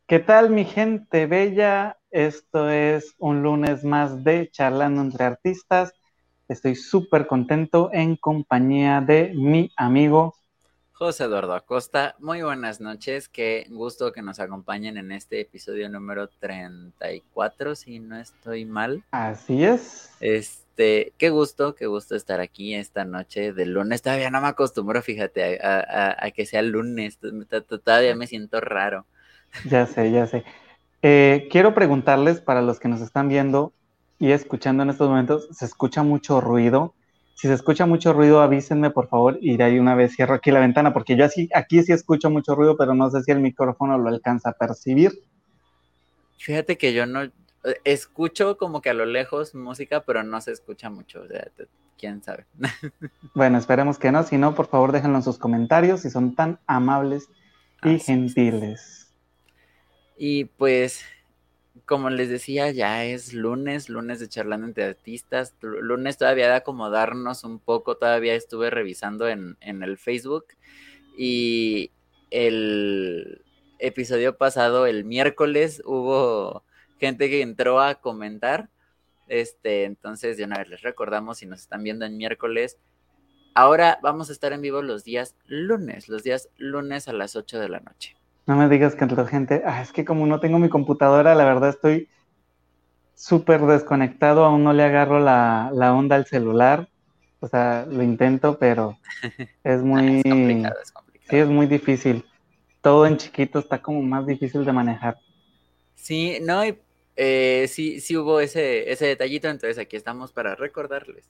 ¿Qué tal, mi gente bella? Esto es un lunes más de Charlando entre Artistas. Estoy súper contento en compañía de mi amigo. José Eduardo Acosta, muy buenas noches, qué gusto que nos acompañen en este episodio número 34, si no estoy mal. Así es. Qué gusto estar aquí esta noche de lunes. Todavía no me acostumbro, fíjate, a que sea lunes, todavía me siento raro. Ya sé, ya sé. Quiero preguntarles para los que nos están viendo y escuchando en estos momentos, ¿se escucha mucho ruido? Si se escucha mucho ruido, avísenme, por favor, y de ahí una vez cierro aquí la ventana, porque yo aquí sí escucho mucho ruido, pero no sé si el micrófono lo alcanza a percibir. Fíjate que yo no escucho como que a lo lejos música, pero no se escucha mucho, o sea, quién sabe. Bueno, esperemos que no. Si no, por favor, déjenlo en sus comentarios si son tan amables y Así es. gentiles. Y pues como les decía, ya es lunes, lunes de charlando entre artistas, lunes todavía de acomodarnos un poco, todavía estuve revisando en el Facebook y el episodio pasado, el miércoles, hubo gente que entró a comentar, entonces de una vez les recordamos si nos están viendo en miércoles, ahora vamos a estar en vivo los días lunes a las 8 de la noche. No me digas que la gente, es que como no tengo mi computadora, la verdad estoy súper desconectado, aún no le agarro la onda al celular. O sea, lo intento, pero es Es muy, complicado, es sí, complicado. es muy difícil. Todo en chiquito está como más difícil de manejar. Sí, no, y sí, sí hubo ese detallito, entonces aquí estamos para recordarles.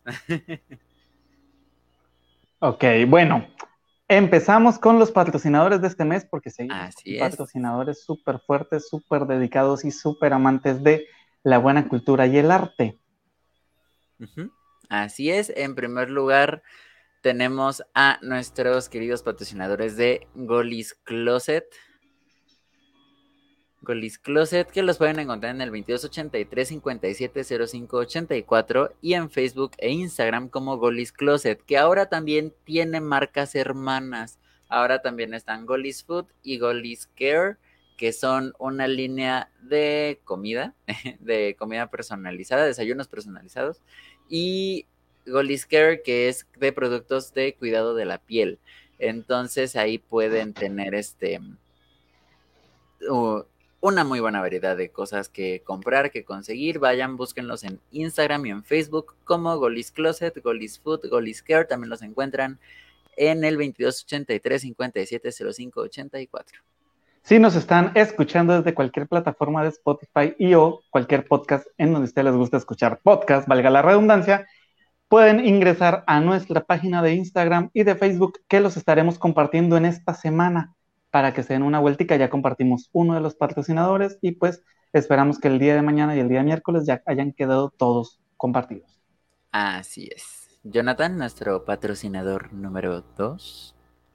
Ok, bueno, empezamos con los patrocinadores de este mes porque seguimos con Así es. patrocinadores súper fuertes, súper dedicados y súper amantes de la buena cultura y el arte. Ujú. Así es. En primer lugar, tenemos a nuestros queridos patrocinadores de Golis Closet. Golis Closet, que los pueden encontrar en el 2283 570584 y en Facebook e Instagram como Golis Closet, que ahora también tiene marcas hermanas. Ahora también están Golis Food y Golis Care, que son una línea de comida, de comida personalizada, desayunos personalizados, y Golis Care, que es de productos de cuidado de la piel. Entonces ahí pueden tener uh, una muy buena variedad de cosas que comprar, que conseguir. Vayan, búsquenlos en Instagram y en Facebook como Golis Closet, Golis Food, Golis Care. También los encuentran en el 2283 570584. Si nos están escuchando desde cualquier plataforma de Spotify y o cualquier podcast en donde a ustedes les gusta escuchar podcast, valga la redundancia, pueden ingresar a nuestra página de Instagram y de Facebook que los estaremos compartiendo en esta semana para que se den una vueltica. Ya compartimos uno de los patrocinadores y pues esperamos que el día de mañana y el día miércoles ya hayan quedado todos compartidos. Así es. Jonathan, nuestro patrocinador número 2.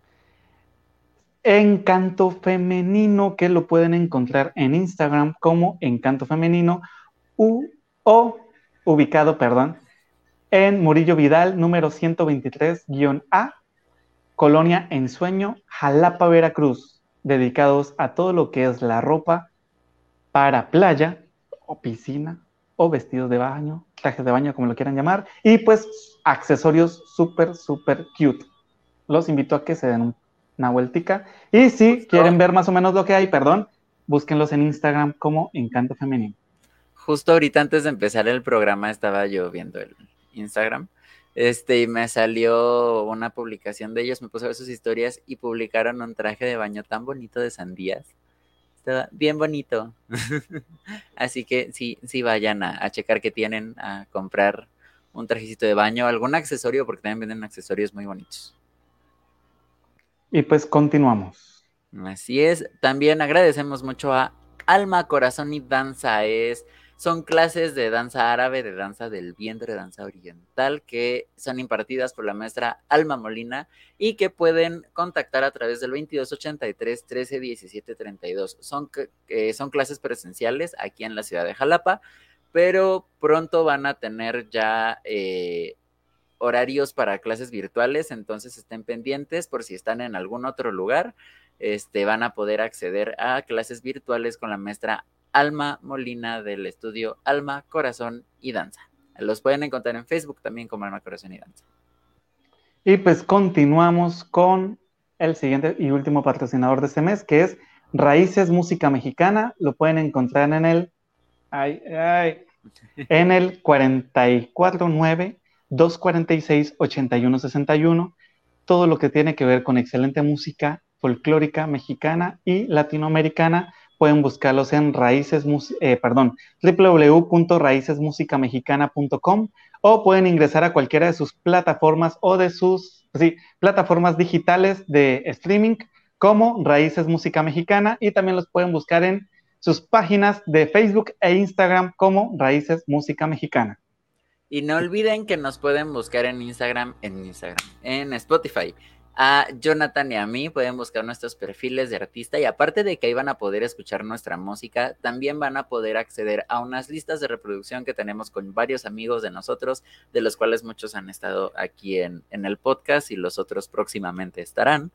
Encanto Femenino, que lo pueden encontrar en Instagram como Encanto Femenino u, o ubicado, perdón, en Murillo Vidal, número 123-A, Colonia Ensueño, Jalapa, Veracruz, dedicados a todo lo que es la ropa para playa o piscina o vestidos de baño, trajes de baño, como lo quieran llamar, y pues accesorios súper, súper cute. Los invito a que se den una vueltica. Y si quieren Justo, ver más o menos lo que hay, perdón, búsquenlos en Instagram como Encanto Femenino. justo ahorita antes de empezar el programa estaba yo viendo el Instagram. Y me salió una publicación de ellos, me puse a ver sus historias y publicaron un traje de baño tan bonito de sandías. Estaba bien bonito. Así que sí, sí vayan a checar que tienen, a comprar un trajecito de baño, algún accesorio, porque también venden accesorios muy bonitos. Y pues continuamos. Así es. También agradecemos mucho a Alma, Corazón y Danza. Son clases de danza árabe, de danza del vientre, de danza oriental, que son impartidas por la maestra Alma Molina y que pueden contactar a través del 2283 13 17 32. Son clases presenciales aquí en la ciudad de Jalapa, pero pronto van a tener ya horarios para clases virtuales, entonces estén pendientes por si están en algún otro lugar. van a poder acceder a clases virtuales con la maestra Alma Molina del estudio Alma, Corazón y Danza. Los pueden encontrar en Facebook también como Alma, Corazón y Danza. Y pues continuamos con el siguiente y último patrocinador de este mes, que es Raíces Música Mexicana. Lo pueden encontrar en el 449-246-8161. Todo lo que tiene que ver con excelente música folclórica mexicana y latinoamericana, pueden buscarlos en www.raicesmusicamexicana.com, o pueden ingresar a cualquiera de sus plataformas o de sus plataformas digitales de streaming como Raíces Música Mexicana, y también los pueden buscar en sus páginas de Facebook e Instagram como Raíces Música Mexicana. Y no olviden que nos pueden buscar en Spotify. A Jonathan y a mí pueden buscar nuestros perfiles de artista, y aparte de que ahí van a poder escuchar nuestra música, también van a poder acceder a unas listas de reproducción que tenemos con varios amigos de nosotros, de los cuales muchos han estado aquí en el podcast y los otros próximamente estarán.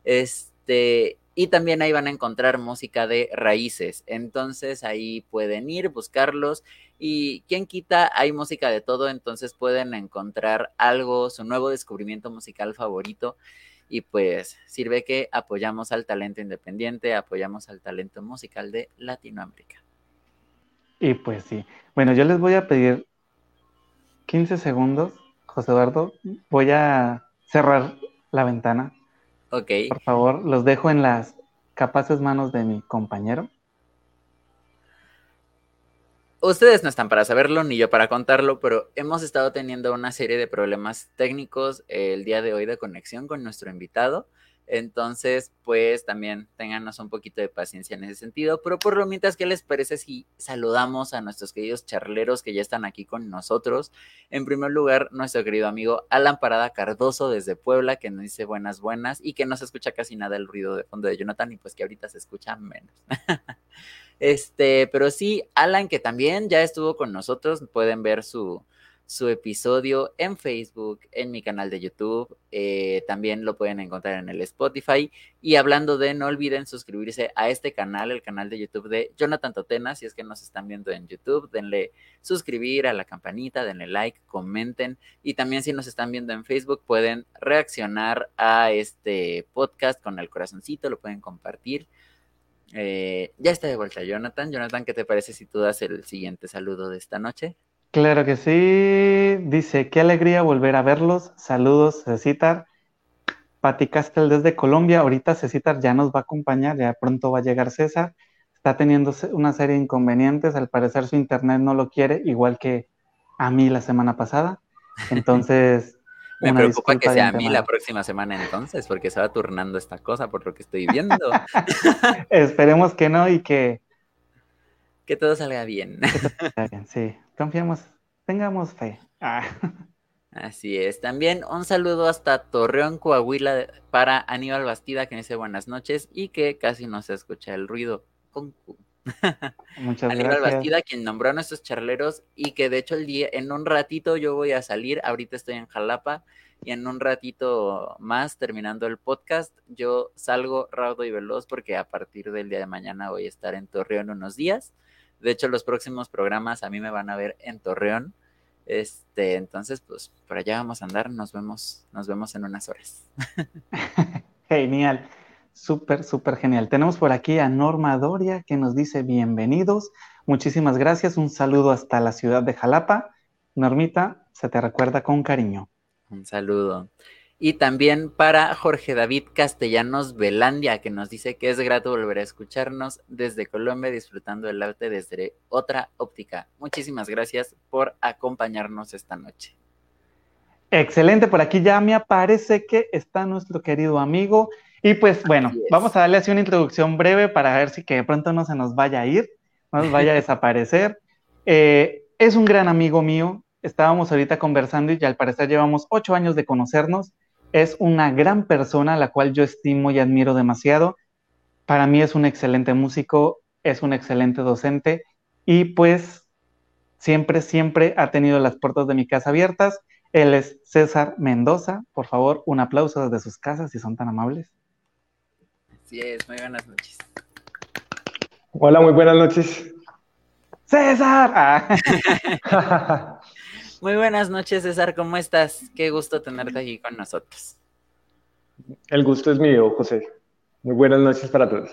Y también ahí van a encontrar música de raíces, entonces ahí pueden ir, buscarlos, y quien quita, hay música de todo, entonces pueden encontrar algo, su nuevo descubrimiento musical favorito, y pues sirve que apoyamos al talento independiente, apoyamos al talento musical de Latinoamérica. Y pues sí, bueno, yo les voy a pedir 15 segundos, José Eduardo, voy a cerrar la ventana. Ok. Por favor, los dejo en las capaces manos de mi compañero. Ustedes no están para saberlo, ni yo para contarlo, pero hemos estado teniendo una serie de problemas técnicos el día de hoy de conexión con nuestro invitado. Entonces, pues también ténganos un poquito de paciencia en ese sentido. Pero por lo mientras, ¿qué les parece si saludamos a nuestros queridos charleros que ya están aquí con nosotros? En primer lugar, nuestro querido amigo Alan Parada Cardoso desde Puebla, que nos dice buenas, y que no se escucha casi nada el ruido de fondo de Jonathan, y pues que ahorita se escucha menos. Pero sí, Alan, que también ya estuvo con nosotros, pueden ver su episodio en Facebook, en mi canal de YouTube, también lo pueden encontrar en el Spotify. Y hablando de, no olviden suscribirse a este canal, el canal de YouTube de Jonathan Totena. Si es que nos están viendo en YouTube, denle suscribir, a la campanita, denle like, comenten, y también si nos están viendo en Facebook pueden reaccionar a este podcast con el corazoncito, lo pueden compartir. Ya está de vuelta Jonathan. Jonathan, ¿qué te parece si tú das el siguiente saludo de esta noche? Claro que sí. Dice, qué alegría volver a verlos. Saludos, Cecitar. Pati Castel desde Colombia. Ahorita Cecitar ya nos va a acompañar, ya pronto va a llegar César. Está teniendo una serie de inconvenientes. Al parecer su internet no lo quiere, igual que a mí la semana pasada. Entonces, Me una preocupa disculpa que de sea a mí la antemano. próxima semana entonces, porque se va turnando esta cosa por lo que estoy viendo. Esperemos que no y que todo salga bien. todo salga bien. Sí, confiamos, tengamos fe. Así es. También un saludo hasta Torreón, Coahuila, para Aníbal Bastida, que me dice buenas noches y que casi no se escucha el ruido. Con Q. Muchas Aníbal gracias. Bastida, quien nombró a nuestros charleros, y que de hecho en un ratito yo voy a salir, ahorita estoy en Jalapa, y en un ratito más, terminando el podcast, yo salgo raudo y veloz, porque a partir del día de mañana voy a estar en Torreón unos días. De hecho, los próximos programas a mí me van a ver en Torreón. Entonces, pues por allá vamos a andar, nos vemos en unas horas. Genial, súper, súper genial. Tenemos por aquí a Norma Doria, que nos dice bienvenidos. Muchísimas gracias. Un saludo hasta la ciudad de Jalapa. Normita, se te recuerda con cariño. Un saludo. Y también para Jorge David Castellanos Velandia, que nos dice que es grato volver a escucharnos desde Colombia, disfrutando del arte desde otra óptica. Muchísimas gracias por acompañarnos esta noche. Excelente, por aquí ya me aparece que está nuestro querido amigo. Y pues bueno, vamos a darle así una introducción breve para ver si que de pronto no se nos vaya a ir, no nos vaya a desaparecer. Es un gran amigo mío. Estábamos ahorita conversando y al parecer llevamos 8 años de conocernos. Es una gran persona, la cual yo estimo y admiro demasiado. Para mí es un excelente músico, es un excelente docente y pues siempre, siempre ha tenido las puertas de mi casa abiertas. Él es César Mendoza. Por favor, un aplauso desde sus casas si son tan amables. Sí es, muy buenas noches. Hola, muy buenas noches. ¡César! Ah. Muy buenas noches, César, ¿cómo estás? Qué gusto tenerte aquí con nosotros. El gusto es mío, José. Muy buenas noches para todos.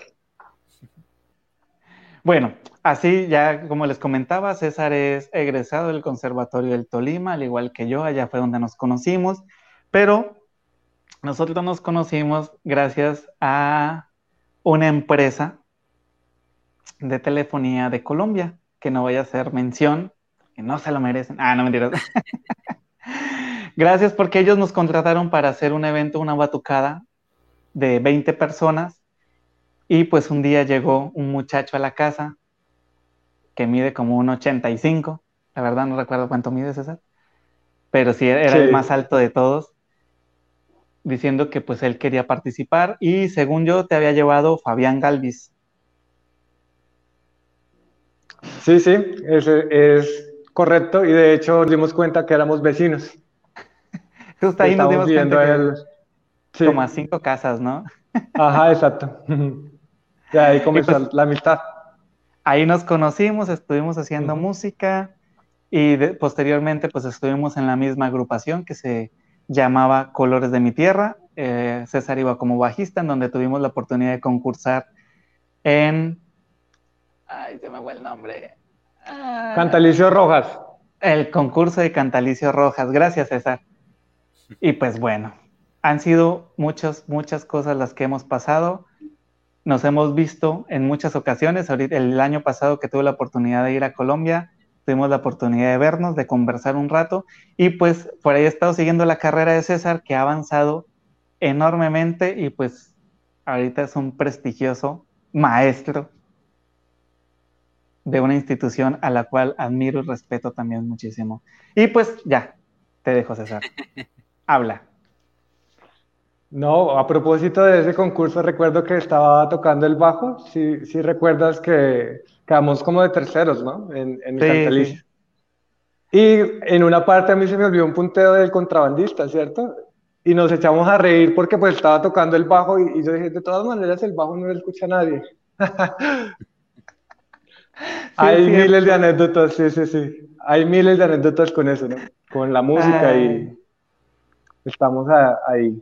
Bueno, así ya como les comentaba, César es egresado del Conservatorio del Tolima, al igual que yo, allá fue donde nos conocimos, pero nosotros nos conocimos gracias a una empresa de telefonía de Colombia, que no voy a hacer mención, que no se lo merecen. Ah, no, mentiras. Gracias porque ellos nos contrataron para hacer un evento, una batucada de 20 personas, y pues un día llegó un muchacho a la casa que mide como un 85, la verdad no recuerdo cuánto mide César, pero sí era el más Sí, alto de todos, diciendo que pues él quería participar y según yo te había llevado Fabián Galvis. sí, sí, es correcto y de hecho nos dimos cuenta que éramos vecinos. Justo Le ahí nos estábamos dimos cuenta viendo a que él. Sí, como a 5 casas, ¿no? ajá, exacto. Y ahí Y comenzó pues la amistad. ahí nos conocimos, estuvimos haciendo Ujú. música y posteriormente pues estuvimos en la misma agrupación que se llamaba Colores de mi Tierra. César iba como bajista, en donde tuvimos la oportunidad de concursar en... Ay, se me fue el nombre. Cantalicio Rojas. El concurso de Cantalicio Rojas. Gracias, César. Y pues bueno, han sido muchas cosas las que hemos pasado. Nos hemos visto en muchas ocasiones. Ahorita, el año pasado que tuve la oportunidad de ir a Colombia, tuvimos la oportunidad de vernos, de conversar un rato. Y pues por ahí he estado siguiendo la carrera de César, que ha avanzado enormemente y pues ahorita es un prestigioso maestro de una institución a la cual admiro y respeto también muchísimo. Y pues ya, te dejo, César. Habla. No, a propósito de ese concurso, recuerdo que estaba tocando el bajo. Sí, sí recuerdas que quedamos como de terceros, ¿no? En el Sí, sí. Cantalicio. Y en una parte a mí se me olvidó un punteo del contrabandista, ¿cierto? Y nos echamos a reír porque pues estaba tocando el bajo y yo dije, de todas maneras el bajo no lo escucha nadie. Sí, es Hay miles de cierto. anécdotas, sí, sí, sí. Hay miles de anécdotas con eso, ¿no? Con la música y Ay, estamos ahí.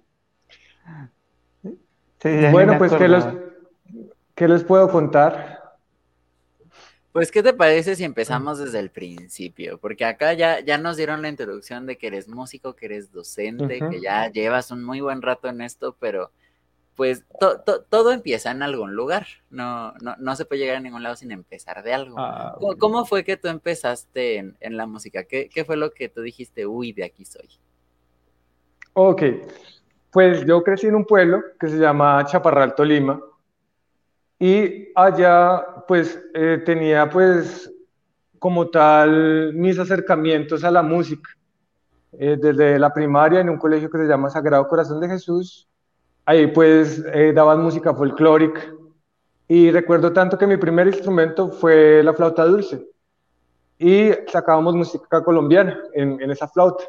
sí, ya ni me Bueno, pues, acordaba. qué les puedo contar? Pues, ¿qué te parece si empezamos desde el principio? Porque acá ya nos dieron la introducción de que eres músico, que eres docente, que Ujú. ya llevas un muy buen rato en esto, pero pues todo empieza en algún lugar. No se puede llegar a ningún lado sin empezar de algo. Ah, ¿Cómo fue que tú empezaste en la música? ¿Qué fue lo que tú dijiste, uy, de aquí soy? ok, pues yo crecí en un pueblo que se llama Chaparral, Tolima. Y allá, pues, tenía, pues, como tal, mis acercamientos a la música. Desde la primaria en un colegio que se llama Sagrado Corazón de Jesús, ahí, pues, daban música folclórica. Y recuerdo tanto que mi primer instrumento fue la flauta dulce. Y sacábamos música colombiana en esa flauta.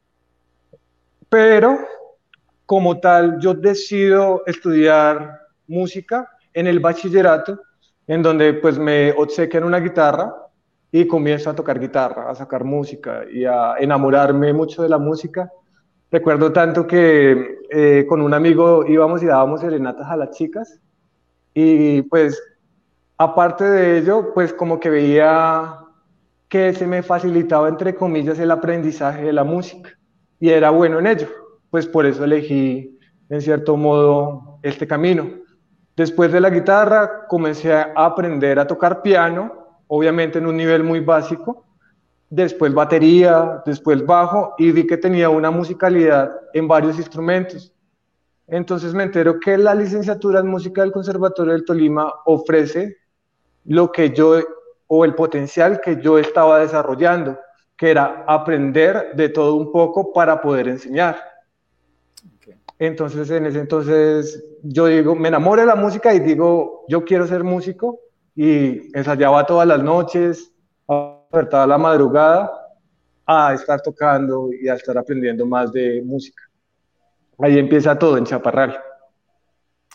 Pero, como tal, yo decido estudiar música en el bachillerato, en donde pues me obsequian una guitarra y comienzo a tocar guitarra, a sacar música y a enamorarme mucho de la música. Recuerdo tanto que con un amigo íbamos y dábamos serenatas a las chicas y pues aparte de ello, pues como que veía que se me facilitaba, entre comillas, el aprendizaje de la música y era bueno en ello. Pues por eso elegí, en cierto modo, este camino. Después de la guitarra, comencé a aprender a tocar piano, obviamente en un nivel muy básico, después batería, después bajo, y vi que tenía una musicalidad en varios instrumentos. Entonces me entero que la licenciatura en música del Conservatorio del Tolima ofrece lo que yo o el potencial que yo estaba desarrollando, que era aprender de todo un poco para poder enseñar. Okay. Entonces, en ese entonces, yo digo, me enamoro de la música y digo, yo quiero ser músico y ensayaba todas las noches, despertaba a la madrugada a estar tocando y a estar aprendiendo más de música. Ahí empieza todo en Chaparral.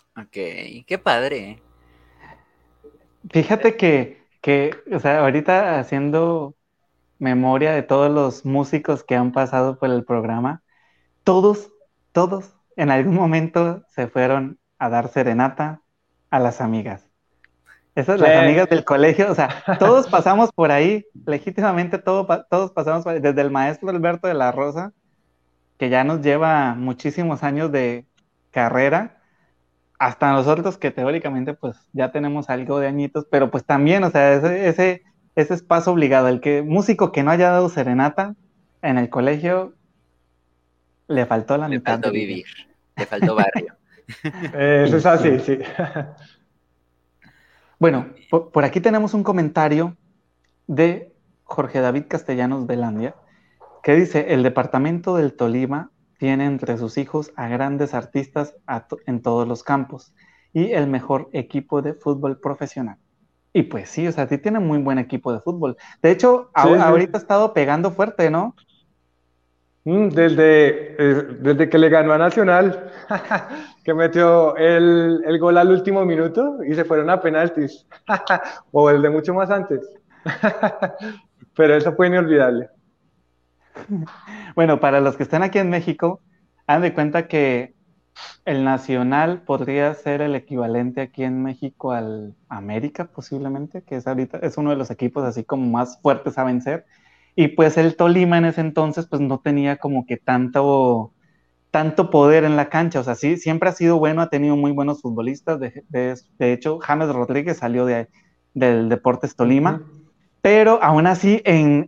Ok, qué padre. Fíjate o sea, ahorita haciendo memoria de todos los músicos que han pasado por el programa, todos, todos en algún momento se fueron a dar serenata a las amigas. Esas, Sí. las amigas del colegio, o sea, todos pasamos por ahí, legítimamente todos pasamos por ahí, desde el maestro Alberto de la Rosa, que ya nos lleva muchísimos años de carrera, hasta nosotros que teóricamente pues ya tenemos algo de añitos, pero pues también, o sea, ese es paso obligado. El que músico que no haya dado serenata en el colegio le faltó la Le mitad de faltó vida. vivir, le faltó barrio. Eso Y es así, sí. sí. Bueno, por aquí tenemos un comentario de Jorge David Castellanos Velandia, que dice, el departamento del Tolima tiene entre sus hijos a grandes artistas en todos los campos y el mejor equipo de fútbol profesional. Y pues sí, o sea, sí tiene muy buen equipo de fútbol. De hecho, Sí, sí. ahorita ha estado pegando fuerte, ¿no? Desde que le ganó a Nacional, que metió el gol al último minuto y se fueron a penaltis, o el de mucho más antes. Pero eso fue inolvidable. Bueno, para los que están aquí en México, hagan de cuenta que el Nacional podría ser el equivalente aquí en México al América, posiblemente, que es ahorita, es uno de los equipos así como más fuertes a vencer. Y pues el Tolima en ese entonces, pues no tenía como que tanto poder en la cancha. O sea, sí, siempre ha sido bueno, ha tenido muy buenos futbolistas. De hecho, James Rodríguez salió del Deportes Tolima, Ujú. pero aún así,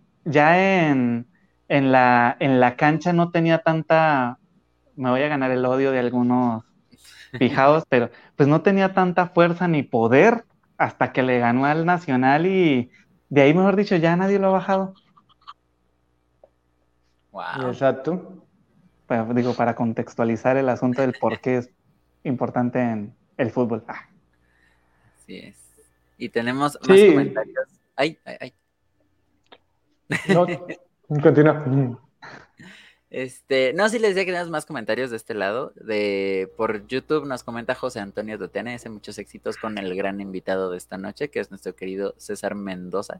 en la cancha no tenía tanta, me voy a ganar el odio de algunos fijados, pero pues no tenía tanta fuerza ni poder hasta que le ganó al Nacional y de ahí, mejor dicho, ya nadie lo ha bajado. Wow, Exacto. Pero, digo, para contextualizar el asunto del por qué es importante en el fútbol. así es. Y tenemos más Sí, comentarios. Ay, ay, ay. no, continúa. No, sí les decía que tenemos más comentarios de este lado. Por YouTube nos comenta José Antonio Totena, dice muchos éxitos con el gran invitado de esta noche, que es nuestro querido César Mendoza.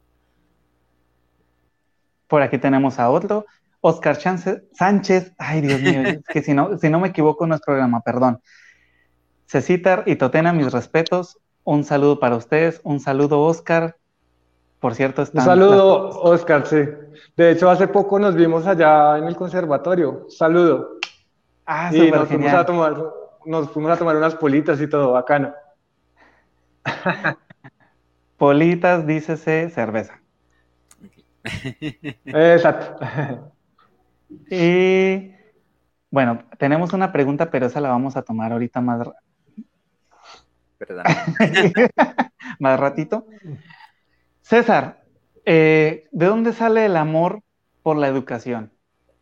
Por aquí tenemos a otro, Oscar Sánchez. Ay, Dios mío, es que si no me equivoco no es programa, perdón. Cecitar y Totena, mis respetos. Un saludo para ustedes, un saludo, Oscar. Por cierto, Un están las saludo, fotos. Oscar, sí. De hecho, hace poco nos vimos allá en el conservatorio. Saludo. Ah, Y súper genial. nos fuimos a tomar unas politas y todo, bacano. Politas, dícese cerveza. Exacto. Y bueno, tenemos una pregunta, pero esa la vamos a tomar ahorita Perdón. más ratito. César, ¿de dónde sale el amor por la educación?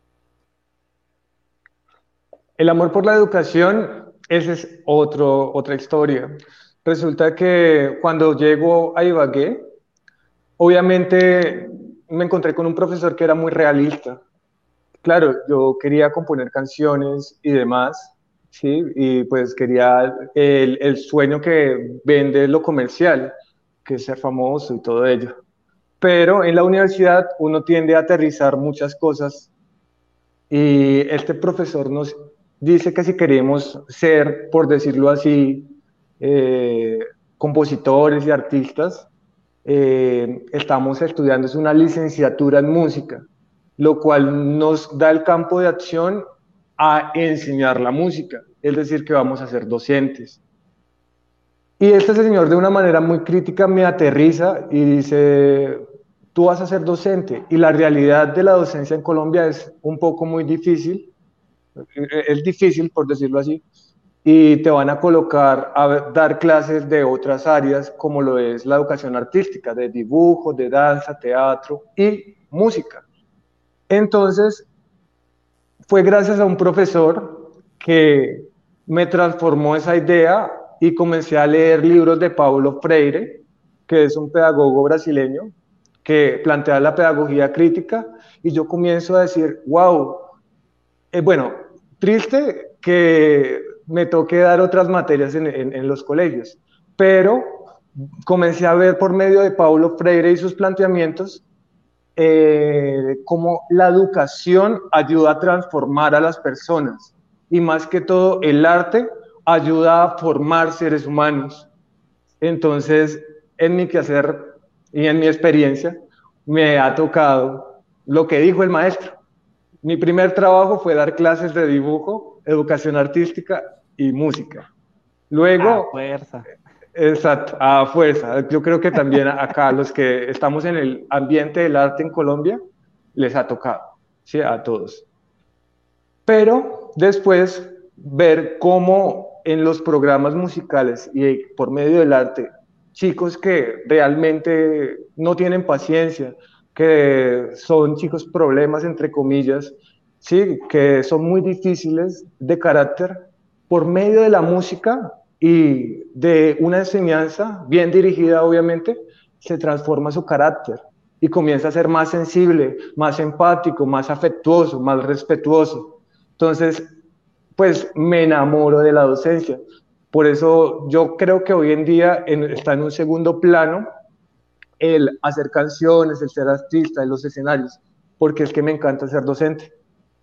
El amor por la educación, esa es otra historia. Resulta que cuando llego a Ibagué, obviamente me encontré con un profesor que era muy realista. Claro, yo quería componer canciones y demás, ¿sí? Y pues quería el sueño que vende lo comercial, que es ser famoso y todo ello. Pero en la universidad uno tiende a aterrizar muchas cosas y este profesor nos dice que si queremos ser, por decirlo así, eh, compositores y artistas, estamos estudiando es una licenciatura en música, lo cual nos da el campo de acción a enseñar la música, es decir, que vamos a ser docentes. Y este señor de una manera muy crítica me aterriza y dice, tú vas a ser docente y la realidad de la docencia en Colombia es un poco muy difícil, es difícil por decirlo así, y te van a colocar a dar clases de otras áreas como lo es la educación artística, de dibujo, de danza, teatro y música. Entonces, fue gracias a un profesor que me transformó esa idea y comencé a leer libros de Paulo Freire, que es un pedagogo brasileño que plantea la pedagogía crítica, y yo comienzo a decir, wow, bueno, triste que me toque dar otras materias en los colegios. Pero comencé a ver por medio de Paulo Freire y sus planteamientos cómo la educación ayuda a transformar a las personas y más que todo el arte ayuda a formar seres humanos. Entonces, en mi quehacer y en mi experiencia, me ha tocado lo que dijo el maestro. Mi primer trabajo fue dar clases de dibujo, educación artística y música. A Luego, fuerza. exacto, a fuerza. Yo creo que también acá los que estamos en el ambiente del arte en Colombia, les ha tocado, ¿sí? A todos. Pero después ver cómo en los programas musicales y por medio del arte, chicos que realmente no tienen paciencia, que son chicos problemas, entre comillas, sí, que son muy difíciles de carácter, por medio de la música y de una enseñanza bien dirigida, obviamente, se transforma su carácter y comienza a ser más sensible, más empático, más afectuoso, más respetuoso. Entonces, pues me enamoro de la docencia. Por eso yo creo que hoy en día está en un segundo plano el hacer canciones, el ser artista en los escenarios, porque es que me encanta ser docente.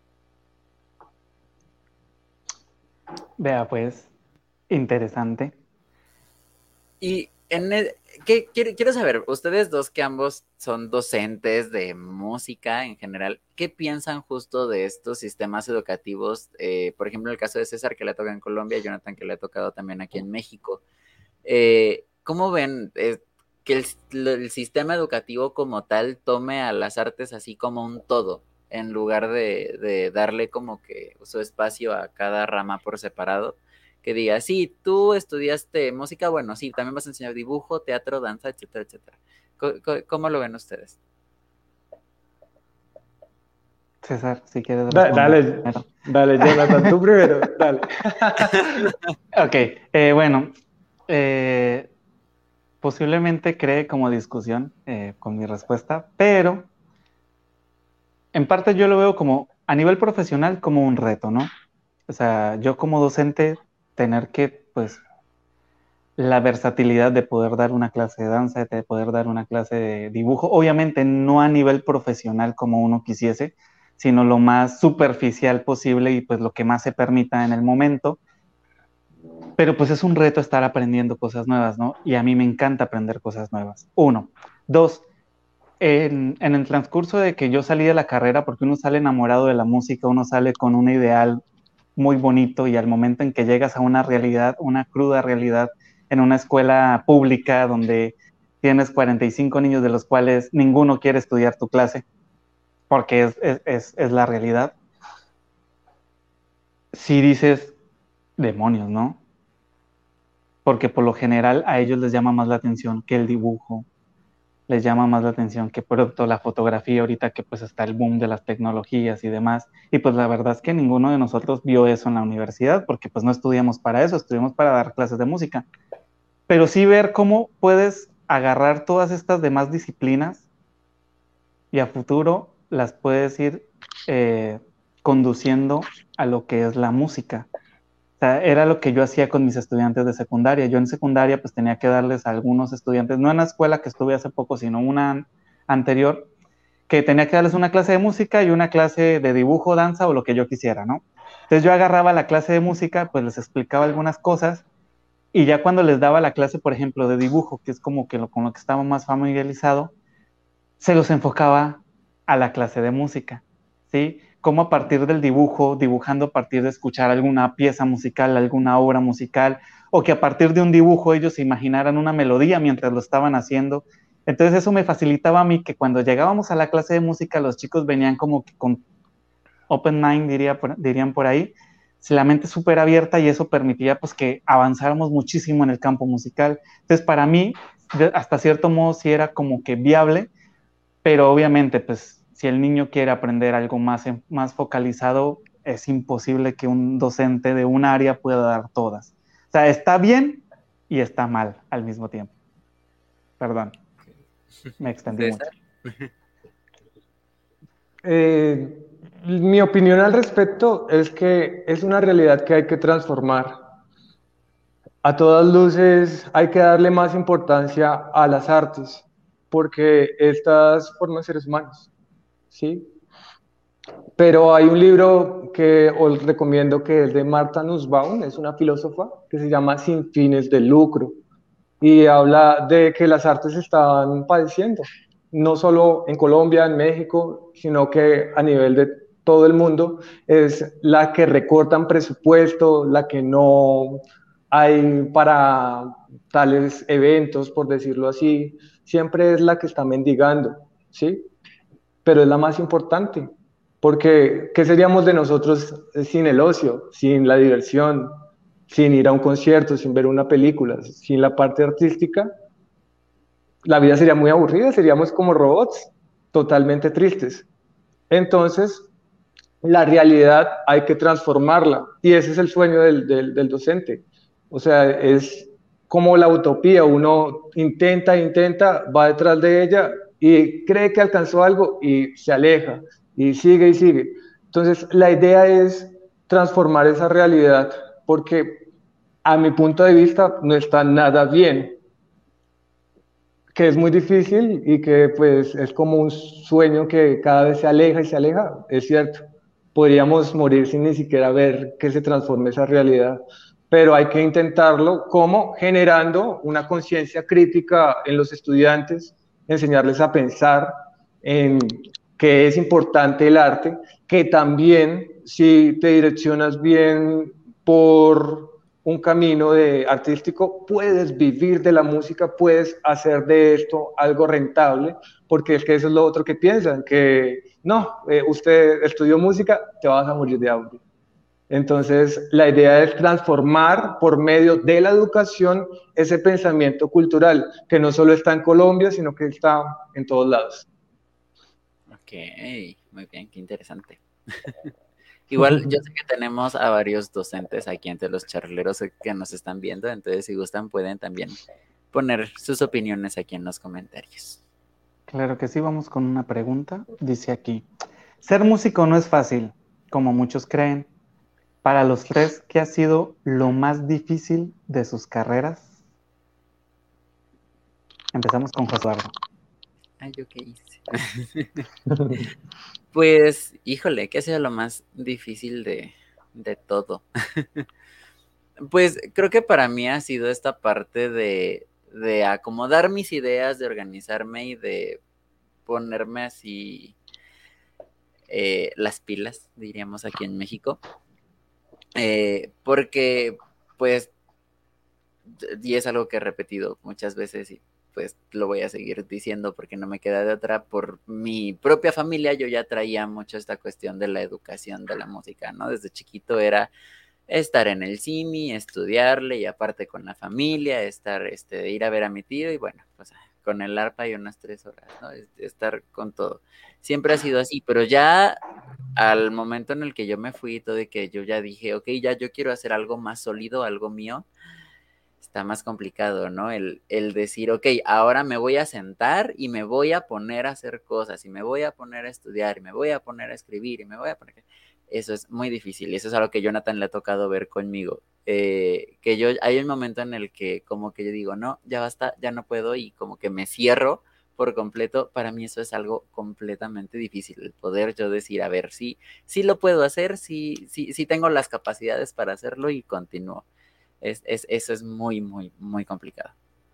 Vea, pues, interesante. Y quiero saber, ustedes dos que ambos son docentes de música en general, ¿qué piensan justo de estos sistemas educativos? Por ejemplo, en el caso de César, que le toca en Colombia, Jonathan, que le ha tocado también aquí en México. ¿Cómo ven que el sistema educativo como tal tome a las artes así como un todo, en lugar de darle como que su espacio a cada rama por separado? Que diga, sí, tú estudiaste música, bueno, sí, también vas a enseñar dibujo, teatro, danza, etcétera, etcétera. ¿Cómo lo ven ustedes? César, si quieres responder Dale, primero. dale, Jonathan, tú primero, dale. Ok, bueno, eh, posiblemente cree como discusión con mi respuesta, pero en parte yo lo veo como a nivel profesional como un reto, ¿no? O sea, yo como docente tener que, pues, la versatilidad de poder dar una clase de danza, de poder dar una clase de dibujo, obviamente no a nivel profesional como uno quisiese, sino lo más superficial posible y pues lo que más se permita en el momento, pero pues es un reto estar aprendiendo cosas nuevas, ¿no? Y a mí me encanta aprender cosas nuevas. Uno. Dos, en el transcurso de que yo salí de la carrera, porque uno sale enamorado de la música, uno sale con un ideal muy bonito y al momento en que llegas a una realidad, una cruda realidad, en una escuela pública donde tienes 45 niños de los cuales ninguno quiere estudiar tu clase, porque es la realidad, si dices, demonios, ¿no? Porque por lo general a ellos les llama más la atención que el dibujo, les llama más la atención que pronto la fotografía ahorita que pues está el boom de las tecnologías y demás. Y pues la verdad es que ninguno de nosotros vio eso en la universidad porque pues no estudiamos para eso, estudiamos para dar clases de música. Pero sí ver cómo puedes agarrar todas estas demás disciplinas y a futuro las puedes ir eh, conduciendo a lo que es la música. O sea, era lo que yo hacía con mis estudiantes de secundaria. Yo en secundaria pues tenía que darles a algunos estudiantes, no en la escuela que estuve hace poco, sino una anterior, que tenía que darles una clase de música y una clase de dibujo, danza o lo que yo quisiera, ¿no? Entonces yo agarraba la clase de música, pues les explicaba algunas cosas y ya cuando les daba la clase, por ejemplo, de dibujo, que es como que con lo que estaba más familiarizado, se los enfocaba a la clase de música, ¿sí? Cómo a partir del dibujo, dibujando a partir de escuchar alguna pieza musical, alguna obra musical, o que a partir de un dibujo ellos se imaginaran una melodía mientras lo estaban haciendo. Entonces eso me facilitaba a mí que cuando llegábamos a la clase de música, los chicos venían como que con open mind, dirían por ahí, la mente súper abierta y eso permitía pues que avanzáramos muchísimo en el campo musical. Entonces para mí, hasta cierto modo sí era como que viable, pero obviamente, pues, si el niño quiere aprender algo más focalizado, es imposible que un docente de un área pueda dar todas. O sea, está bien y está mal al mismo tiempo. Perdón, me extendí César. mucho. Eh, Mi opinión al respecto es que es una realidad que hay que transformar. A todas luces hay que darle más importancia a las artes, porque estas forman seres humanos, ¿sí? Pero hay un libro que os recomiendo que es de Martha Nussbaum, es una filósofa que se llama Sin fines de lucro y habla de que las artes están padeciendo, no solo en Colombia, en México, sino que a nivel de todo el mundo es la que recortan presupuesto, la que no hay para tales eventos, por decirlo así, siempre es la que está mendigando, ¿sí? Pero es la más importante, porque ¿qué seríamos de nosotros sin el ocio, sin la diversión, sin ir a un concierto, sin ver una película, sin la parte artística? La vida sería muy aburrida, seríamos como robots, totalmente tristes. Entonces, la realidad hay que transformarla y ese es el sueño del docente. O sea, es como la utopía, uno intenta, va detrás de ella y cree que alcanzó algo y se aleja y sigue y sigue. Entonces, la idea es transformar esa realidad porque a mi punto de vista no está nada bien, que es muy difícil y que pues es como un sueño que cada vez se aleja y se aleja, es cierto. Podríamos morir sin ni siquiera ver que se transforme esa realidad, pero hay que intentarlo como generando una conciencia crítica en los estudiantes, enseñarles a pensar en que es importante el arte, que también si te direccionas bien por un camino de artístico, puedes vivir de la música, puedes hacer de esto algo rentable, porque es que eso es lo otro que piensan, que no, usted estudió música, te vas a morir de hambre. Entonces, la idea es transformar por medio de la educación ese pensamiento cultural, que no solo está en Colombia, sino que está en todos lados. Ok, muy bien, qué interesante. Igual yo sé que tenemos a varios docentes aquí entre los charleros que nos están viendo, entonces si gustan pueden también poner sus opiniones aquí en los comentarios. Claro que sí, vamos con una pregunta. Dice aquí, ser músico no es fácil, como muchos creen. Para los tres, ¿qué ha sido lo más difícil de sus carreras? Empezamos con José Eduardo. Ay, ¿yo qué hice? Pues, híjole, ¿qué ha sido lo más difícil de todo? Pues creo que para mí ha sido esta parte de acomodar mis ideas, de organizarme y de ponerme así las pilas, diríamos aquí en México. Porque, pues, y es algo que he repetido muchas veces y pues lo voy a seguir diciendo porque no me queda de otra. Por mi propia familia yo ya traía mucho esta cuestión de la educación de la música, ¿no? Desde chiquito era estar en el CIMI, estudiarle y aparte con la familia, ir a ver a mi tío y bueno, pues con el arpa y unas 3 horas, ¿no? Estar con todo. Siempre ha sido así, pero ya al momento en el que yo me fui y todo y que yo ya dije, ok, ya yo quiero hacer algo más sólido, algo mío, está más complicado, ¿no? El decir, ok, ahora me voy a sentar y me voy a poner a hacer cosas y me voy a poner a estudiar y me voy a poner a escribir y me voy a poner... Eso es muy difícil y eso es algo que Jonathan le ha tocado ver conmigo. Que yo, hay un momento en el que como que yo digo, no, ya basta, ya no puedo y como que me cierro por completo. Para mí eso es algo completamente difícil, el poder yo decir, a ver, sí lo puedo hacer, sí tengo las capacidades para hacerlo y continúo. Eso es muy, muy, muy complicado.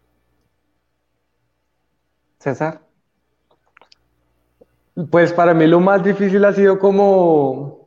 César. Pues para mí lo más difícil ha sido como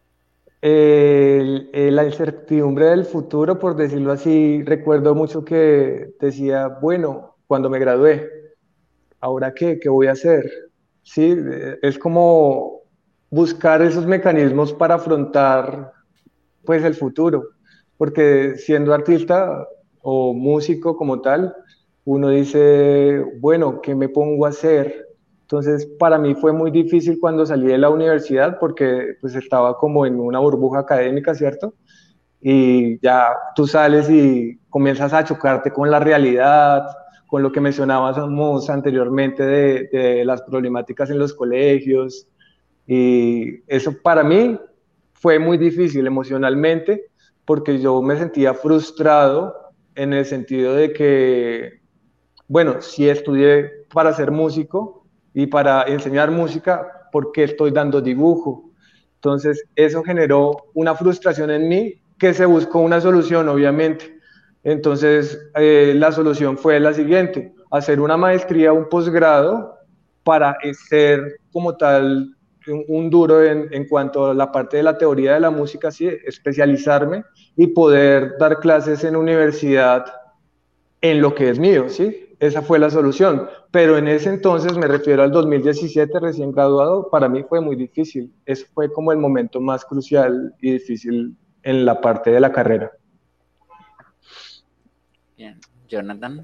la incertidumbre del futuro, por decirlo así. Recuerdo mucho que decía, bueno, cuando me gradué, ¿ahora qué? ¿Qué voy a hacer? Sí, es como buscar esos mecanismos para afrontar pues el futuro, porque siendo artista o músico como tal, uno dice, bueno, ¿qué me pongo a hacer? Entonces, para mí fue muy difícil cuando salí de la universidad porque pues estaba como en una burbuja académica, ¿cierto? Y ya tú sales y comienzas a chocarte con la realidad, con lo que mencionábamos anteriormente de las problemáticas en los colegios, Y eso para mí fue muy difícil emocionalmente porque yo me sentía frustrado en el sentido de que, bueno, si estudié para ser músico y para enseñar música, ¿por qué estoy dando dibujo? Entonces, eso generó una frustración en mí que se buscó una solución, obviamente. Entonces, la solución fue la siguiente, hacer una maestría, un posgrado para ser como tal un duro en cuanto a la parte de la teoría de la música, sí, especializarme y poder dar clases en universidad en lo que es mío, ¿sí? Esa fue la solución. Pero en ese entonces, me refiero al 2017, recién graduado, para mí fue muy difícil. Eso fue como el momento más crucial y difícil en la parte de la carrera. Bien, Jonathan.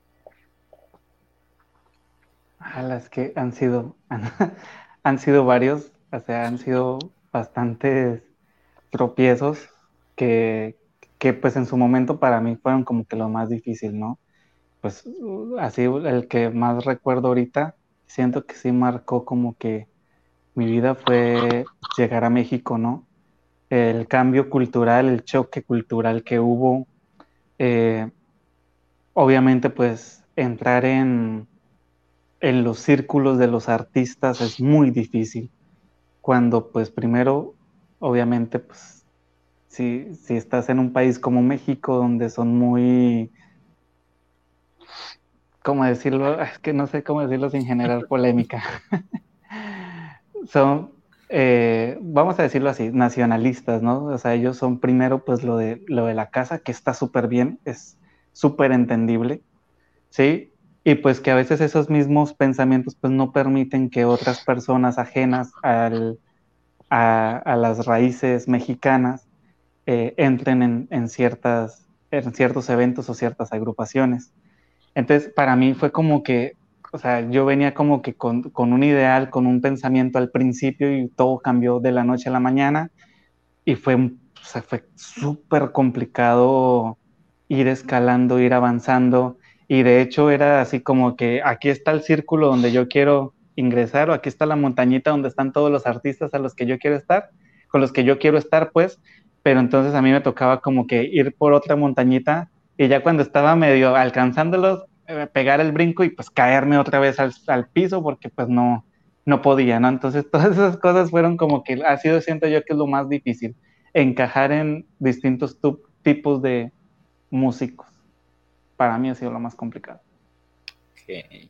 A las que han sido varios, o sea, han sido bastantes tropiezos que, que pues en su momento para mí fueron como que lo más difícil, ¿no? Pues así el que más recuerdo ahorita, siento que sí marcó como que mi vida fue llegar a México, ¿no? El cambio cultural, el choque cultural que hubo, eh, obviamente pues entrar en los círculos de los artistas es muy difícil, cuando pues primero, obviamente pues si estás en un país como México donde son muy, ¿cómo decirlo? Es que no sé cómo decirlo sin generar polémica. Son, vamos a decirlo así, nacionalistas, ¿no? O sea, ellos son primero pues lo de la casa, que está súper bien, es súper entendible, ¿sí? Y pues que a veces esos mismos pensamientos pues no permiten que otras personas ajenas a las raíces mexicanas entren en ciertos eventos o ciertas agrupaciones. Entonces, para mí fue como que, o sea, yo venía como que con un ideal, con un pensamiento al principio y todo cambió de la noche a la mañana y o sea, fue súper complicado ir escalando, ir avanzando y de hecho era así como que aquí está el círculo donde yo quiero ingresar o aquí está la montañita donde están todos los artistas a los que yo quiero estar, con los que yo quiero estar pues, pero entonces a mí me tocaba como que ir por otra montañita y ya cuando estaba medio alcanzándolos, pegar el brinco y pues caerme otra vez al piso porque pues no podía, ¿no? Entonces todas esas cosas fueron como que ha sido, siento yo, que es lo más difícil, encajar en distintos tipos de músicos. Para mí ha sido lo más complicado. Ok.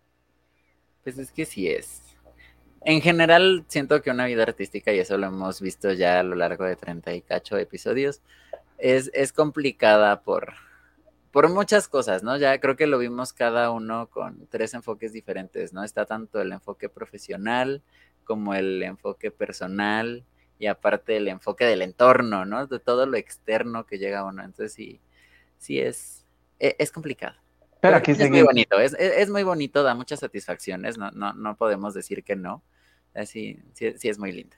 Pues es que sí es. En general, siento que una vida artística, y eso lo hemos visto ya a lo largo de 30 y cacho episodios, es complicada por muchas cosas, ¿no? Ya creo que lo vimos cada uno con tres enfoques diferentes, ¿no? Está tanto el enfoque profesional como el enfoque personal y aparte el enfoque del entorno, ¿no? De todo lo externo que llega a uno. Entonces sí es complicado. Pero Pero aquí también es muy seguimos. bonito, es muy bonito, da muchas satisfacciones, no podemos decir que no. Sí es muy lindo.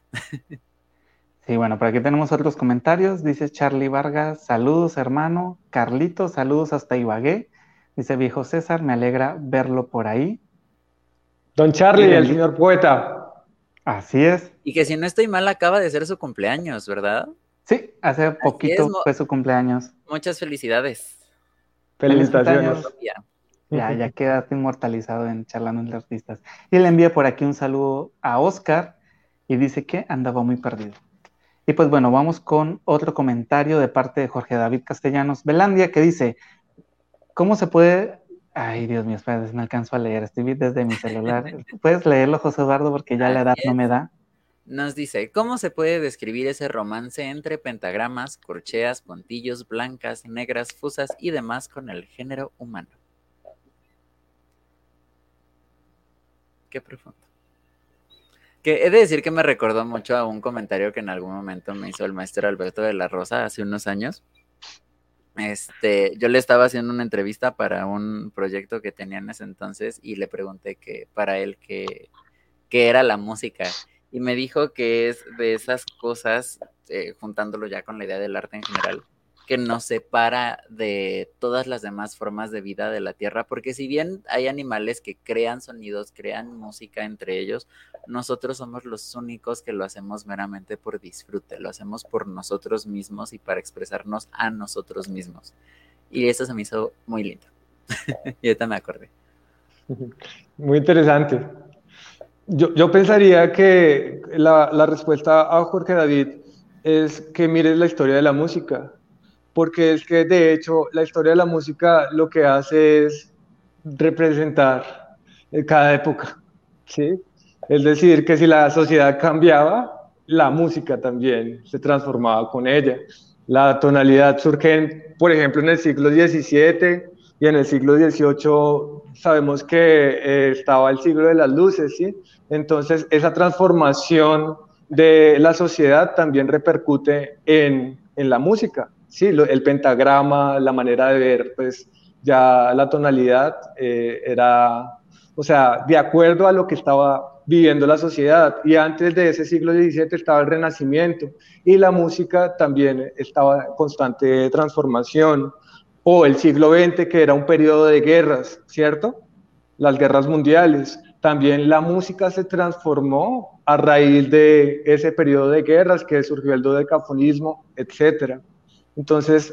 Sí, bueno, por aquí tenemos otros comentarios. Dice Charlie Vargas, saludos hermano. Carlitos, saludos hasta Ibagué. Dice viejo César, me alegra verlo por ahí. Don Y Charlie, le el envío. señor poeta. Así es. Y que si no estoy mal, acaba de ser su cumpleaños, ¿verdad? Sí, hace Así es, poquito fue su cumpleaños. muchas felicidades. Feliz Felicitaciones. cumpleaños. Sofía. Ya quedaste inmortalizado en Charlando entre Artistas. Y le envía por aquí un saludo a Oscar y dice que andaba muy perdido. Y pues bueno, vamos con otro comentario de parte de Jorge David Castellanos Velandia que dice, ¿cómo se puede... Ay, Dios mío, espera, no alcanzo a leer, estoy desde mi celular. ¿Puedes leerlo, José Eduardo? Porque ya la Así edad no me es. da. Nos dice, ¿cómo se puede describir ese romance entre pentagramas, corcheas, puntillos, blancas, negras, fusas y demás con el género humano? Qué profundo. Que he de decir que me recordó mucho a un comentario que en algún momento me hizo el maestro Alberto de la Rosa hace unos años. Yo le estaba haciendo una entrevista para un proyecto que tenía en ese entonces y le pregunté que para él qué era la música. Y me dijo que es de esas cosas, juntándolo ya con la idea del arte en general, que nos separa de todas las demás formas de vida de la Tierra, porque si bien hay animales que crean sonidos, crean música entre ellos, nosotros somos los únicos que lo hacemos meramente por disfrute, lo hacemos por nosotros mismos y para expresarnos a nosotros mismos. Y eso se me hizo muy lindo. Y ahorita me acordé. Muy interesante. Yo pensaría que la respuesta a Jorge David es que mires la historia de la música, porque es que de hecho la historia de la música lo que hace es representar cada época, ¿sí? Es decir, que si la sociedad cambiaba, la música también se transformaba con ella. La tonalidad surge, por ejemplo, en el siglo XVII y en el siglo XVIII sabemos que estaba el siglo de las luces, ¿sí? Entonces, esa transformación de la sociedad también repercute en la música, ¿sí? El pentagrama, la manera de ver, pues ya la tonalidad era, o sea, de acuerdo a lo que estaba viviendo la sociedad. Y antes de ese siglo XVII estaba el Renacimiento y la música también estaba en constante transformación. O el siglo XX, que era un periodo de guerras, ¿cierto? Las guerras mundiales. También la música se transformó a raíz de ese periodo de guerras que surgió el dodecafonismo, etc. Entonces,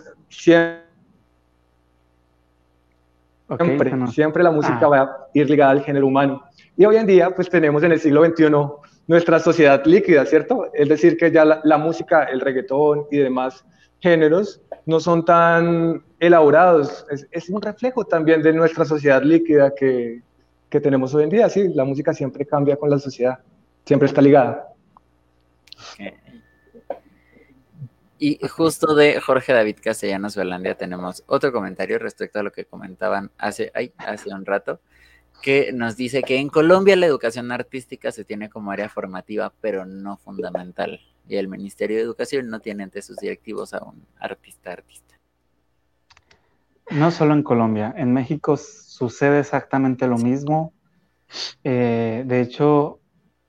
siempre la música va a ir ligada al género humano. Y hoy en día, pues tenemos en el siglo XXI nuestra sociedad líquida, ¿cierto? Es decir, que ya la música, el reggaetón y demás géneros no son tan elaborados. Es un reflejo también de nuestra sociedad líquida que tenemos hoy en día. Sí, la música siempre cambia con la sociedad, siempre está ligada. Y justo de Jorge David Castellanos Velandia tenemos otro comentario respecto a lo que comentaban hace un rato, que nos dice que en Colombia la educación artística se tiene como área formativa, pero no fundamental. Y el Ministerio de Educación no tiene entre sus directivos a un artista. No solo en Colombia, en México sucede exactamente lo mismo. De hecho,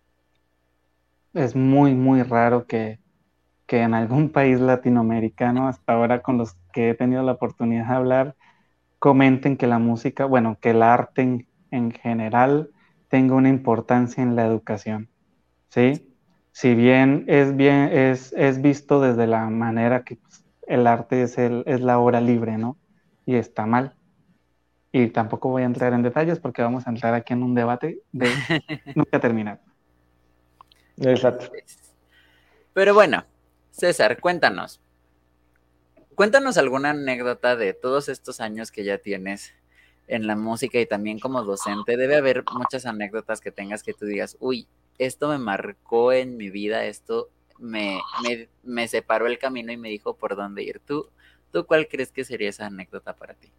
es muy, muy raro que en algún país latinoamericano, hasta ahora con los que he tenido la oportunidad de hablar, comenten que la música, bueno, que el arte en general tenga una importancia en la educación, ¿sí? Si bien es visto desde la manera que pues, el arte es la obra libre, ¿no? Y está mal. Y tampoco voy a entrar en detalles porque vamos a entrar aquí en un debate de nunca terminar. Exacto. Pero bueno, César, cuéntanos alguna anécdota de todos estos años que ya tienes en la música y también como docente. Debe haber muchas anécdotas que tengas que tú digas, uy, esto me marcó en mi vida, esto me separó el camino y me dijo por dónde ir. ¿Tú cuál crees que sería esa anécdota para ti?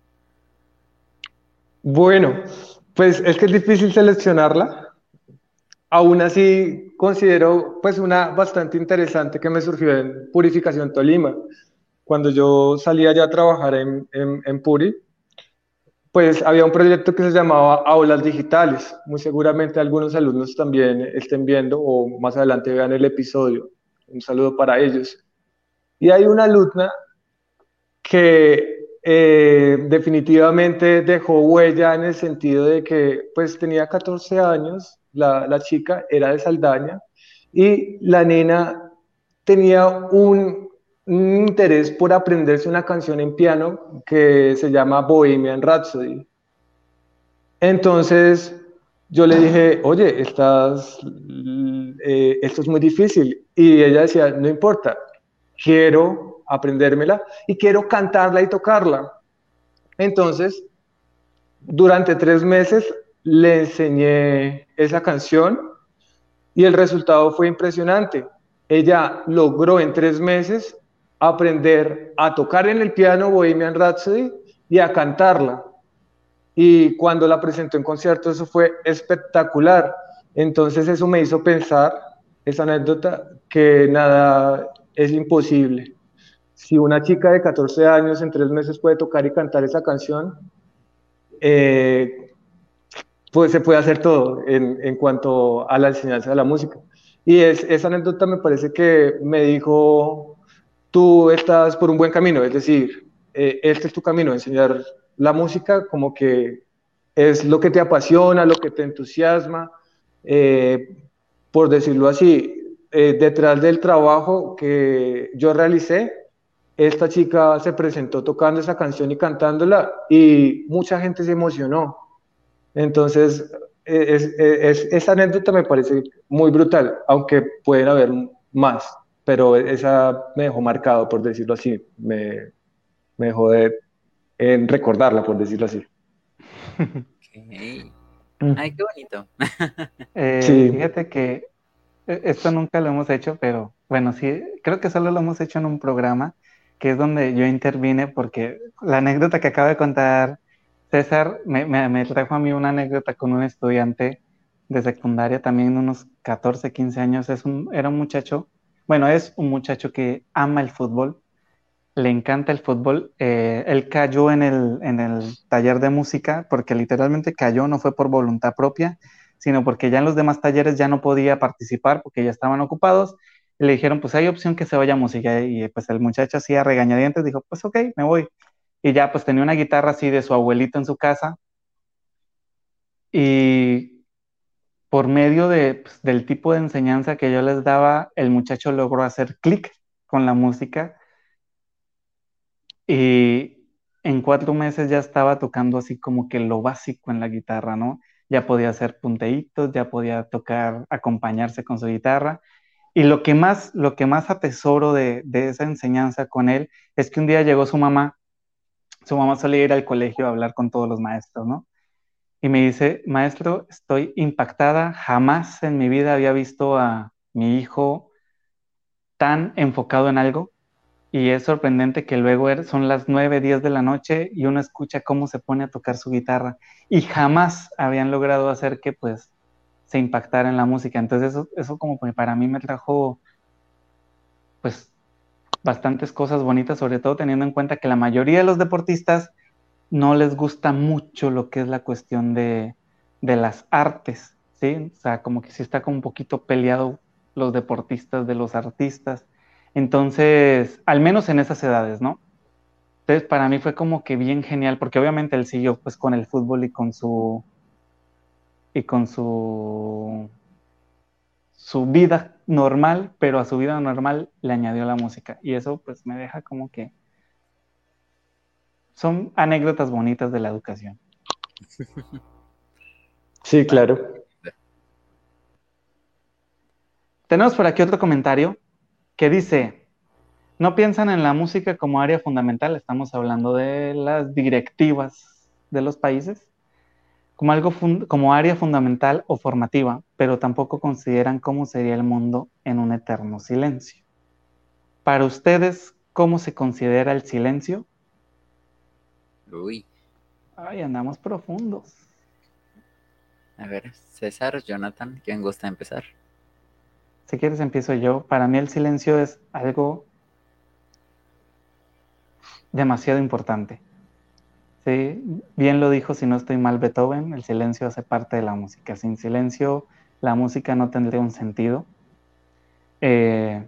Bueno, pues es que es difícil seleccionarla. Aún así, considero pues una bastante interesante que me surgió en Purificación Tolima. Cuando yo salía ya a trabajar en Puri, pues había un proyecto que se llamaba Aulas Digitales. Muy seguramente algunos alumnos también estén viendo o más adelante vean el episodio. Un saludo para ellos. Y hay una alumna que definitivamente dejó huella en el sentido de que pues tenía 14 años, la chica era de Saldaña y la nena tenía un interés por aprenderse una canción en piano que se llama Bohemian Rhapsody. Entonces yo le dije, oye, esto es muy difícil. Y ella decía, no importa, quiero aprendérmela y quiero cantarla y tocarla. Entonces, durante 3 meses le enseñé esa canción y el resultado fue impresionante. Ella logró en 3 meses aprender a tocar en el piano Bohemian Rhapsody y a cantarla. Y cuando la presentó en concierto, eso fue espectacular. Entonces eso me hizo pensar, esa anécdota, que nada es imposible. Si una chica de 14 años en 3 meses puede tocar y cantar esa canción, pues se puede hacer todo en cuanto a la enseñanza de la música. Y esa anécdota me parece que me dijo tú estás por un buen camino, es decir, este es tu camino, enseñar la música como que es lo que te apasiona, lo que te entusiasma, eh, por decirlo así, detrás del trabajo que yo realicé, esta chica se presentó tocando esa canción y cantándola y mucha gente se emocionó. Entonces, esa anécdota me parece muy brutal, aunque pueden haber más, pero esa me dejó marcado, por decirlo así, me dejó en recordarla, por decirlo así. Ok. Ay, Mm. qué bonito. Sí, Fíjate que esto nunca lo hemos hecho, pero bueno, sí, creo que solo lo hemos hecho en un programa, que es donde yo intervine, porque la anécdota que acaba de contar César me trajo a mí una anécdota con un estudiante de secundaria, también unos 14 15 años. Era un muchacho, bueno, es un muchacho que ama el fútbol, le encanta el fútbol. Él cayó en el taller de música porque literalmente cayó, no fue por voluntad propia, sino porque ya en los demás talleres ya no podía participar porque ya estaban ocupados. Y le dijeron, pues hay opción que se vaya a música. Y pues el muchacho así a regañadientes dijo, pues ok, me voy. Y ya pues tenía una guitarra así de su abuelito en su casa y por medio pues, del tipo de enseñanza que yo les daba, el muchacho logró hacer clic con la música. Y en 4 meses ya estaba tocando así como que lo básico en la guitarra, ¿no? Ya podía hacer punteitos, ya podía tocar, acompañarse con su guitarra. Y lo que más atesoro de esa enseñanza con él es que un día llegó su mamá solía ir al colegio a hablar con todos los maestros, ¿no? Y me dice, maestro, estoy impactada, jamás en mi vida había visto a mi hijo tan enfocado en algo. Y es sorprendente que luego son las 9 10 de la noche y uno escucha cómo se pone a tocar su guitarra y jamás habían logrado hacer que pues se impactara en la música. Entonces eso como que para mí me trajo pues bastantes cosas bonitas, sobre todo teniendo en cuenta que la mayoría de los deportistas no les gusta mucho lo que es la cuestión de las artes, ¿sí? O sea, como que sí está como un poquito peleado los deportistas de los artistas. Entonces, al menos en esas edades, ¿no? Entonces, para mí fue como que bien genial, porque obviamente él siguió pues con el fútbol y con su vida normal, pero a su vida normal le añadió la música. Y eso pues me deja como que son anécdotas bonitas de la educación. sí, Bueno, claro. Tenemos por aquí otro comentario que dice, no piensan en la música como área fundamental, estamos hablando de las directivas de los países, como algo como área fundamental o formativa, pero tampoco consideran cómo sería el mundo en un eterno silencio. Para ustedes, ¿cómo se considera el silencio? uy. Ay, andamos profundos. A ver, César, Jonathan, ¿quién gusta empezar? Si quieres empiezo yo. Para mí el silencio es algo demasiado importante. Sí, bien lo dijo, si no estoy mal, Beethoven, el silencio hace parte de la música. Sin silencio, la música no tendría un sentido. Eh,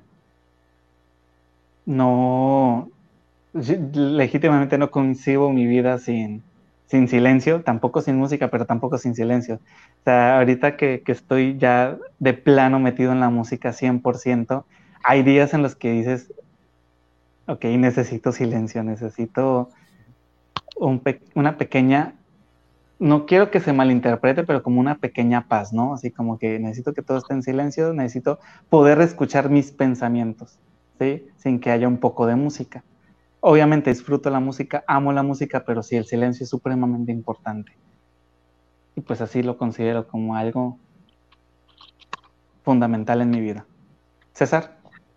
no, legítimamente no concibo mi vida sin silencio, tampoco sin música, pero tampoco sin silencio. O sea, ahorita que estoy ya de plano metido en la música 100%, hay días en los que dices, ok, necesito silencio, necesito una pequeña, no quiero que se malinterprete, pero como una pequeña paz, ¿no? Así como que necesito que todo esté en silencio, necesito poder escuchar mis pensamientos, ¿sí? Sin que haya un poco de música. Obviamente disfruto la música, amo la música, pero sí, el silencio es supremamente importante. Y pues así lo considero como algo fundamental en mi vida. César.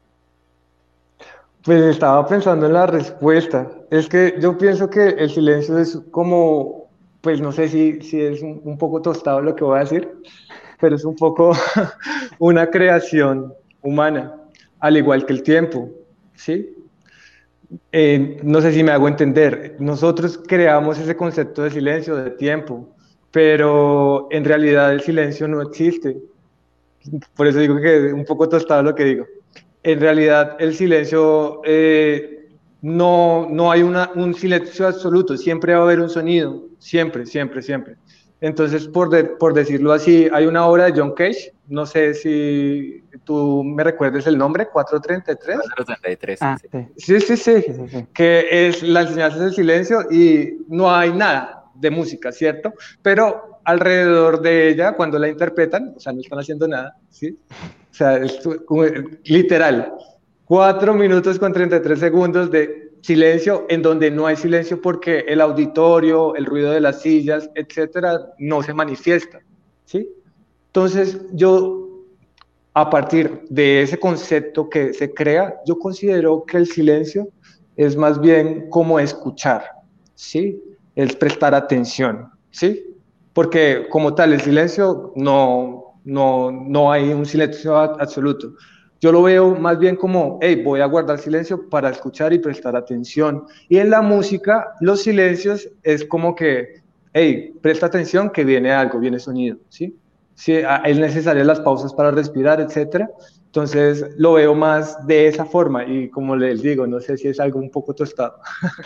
Pues estaba pensando en la respuesta. Es que yo pienso que el silencio es como, pues no sé si es un poco tostado lo que voy a decir, pero es un poco una creación humana, al igual que el tiempo, ¿sí? No sé si me hago entender. Nosotros creamos ese concepto de silencio, de tiempo, pero en realidad el silencio no existe. Por eso digo que es un poco tostado lo que digo. en realidad el silencio, no hay un silencio absoluto, siempre va a haber un sonido, siempre, siempre, siempre. Entonces, por decirlo así, hay una obra de John Cage, no sé si tú me recuerdes el nombre, 433. 433, Ah, sí. sí, Sí, sí, sí, sí, sí, sí. que es la enseñanza del silencio y no hay nada de música, ¿cierto? Pero alrededor de ella, cuando la interpretan, o sea, no están haciendo nada, ¿sí? O sea, es literal, 4 minutos con 33 segundos de silencio en donde no hay silencio porque el auditorio, el ruido de las sillas, etcétera, no se manifiesta, ¿sí? Entonces, a partir de ese concepto que se crea, yo considero que el silencio es más bien como escuchar, ¿sí? Es prestar atención, ¿sí? Porque como tal, el silencio no hay un silencio absoluto. Yo lo veo más bien como, hey, voy a guardar silencio para escuchar y prestar atención. Y en la música, los silencios es como que, hey, presta atención que viene algo, viene sonido, ¿sí? Sí, es necesaria las pausas para respirar, etcétera. Entonces lo veo más de esa forma y como les digo, no sé si es algo un poco tostado.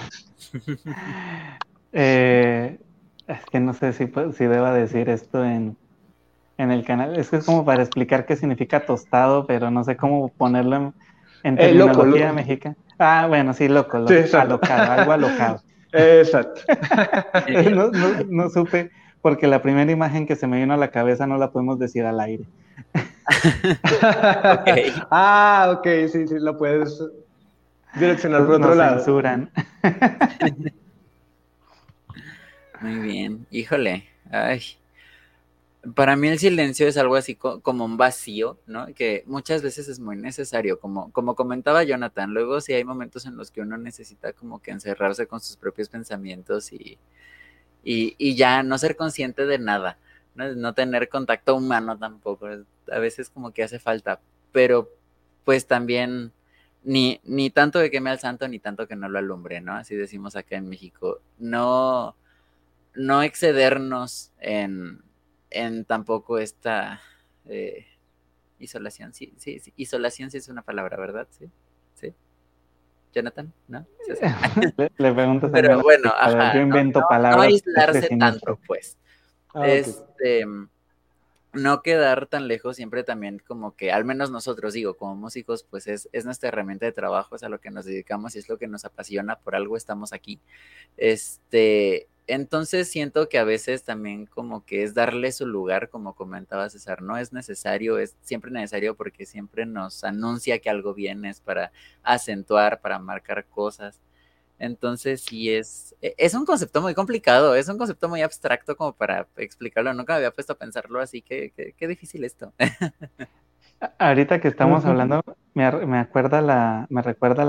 Eh, es que no sé si deba decir esto en el canal. Es que es como para explicar qué significa tostado, pero no sé cómo ponerlo en Loco, terminología mexicana. Ah, bueno, sí, loco, sí, exacto. alocado, algo alocado. Exacto. Muy bien. No supe, porque la primera imagen que se me vino a la cabeza no la podemos decir al aire. Ok, Ah, ok, sí, sí, lo puedes direccionar por otro Nos lado. censuran. muy bien. Híjole, ay. Para mí el silencio es algo así como un vacío, ¿no? Que muchas veces es muy necesario, como comentaba Jonathan, luego sí hay momentos en los que uno necesita como que encerrarse con sus propios pensamientos y ya no ser consciente de nada, ¿no? No tener contacto humano tampoco, a veces como que hace falta, pero pues también ni tanto de queme al santo ni tanto que no lo alumbre, ¿no? Así decimos acá en México, no excedernos en tampoco esta eh, isolación, sí, isolación sí es una palabra, ¿verdad? Sí, sí, Jonathan, ¿no? César. Le preguntas a Pero Jonathan, bueno, yo ajá, invento no palabras, usted aislarse tanto, definice. pues. Ah, ok. Este, no quedar tan lejos, siempre también como que, al menos nosotros, digo, como músicos, pues es nuestra herramienta de trabajo, es a lo que nos dedicamos y es lo que nos apasiona, por algo estamos aquí. Entonces siento que a veces también como que es darle su lugar, como comentaba César, no es necesario, es siempre necesario porque siempre nos anuncia que algo viene, es para acentuar, para marcar cosas. Entonces sí es un concepto muy complicado, es un concepto muy abstracto como para explicarlo. Nunca me había puesto a pensarlo así, qué difícil esto. Ahorita que estamos Ujú. hablando, me recuerda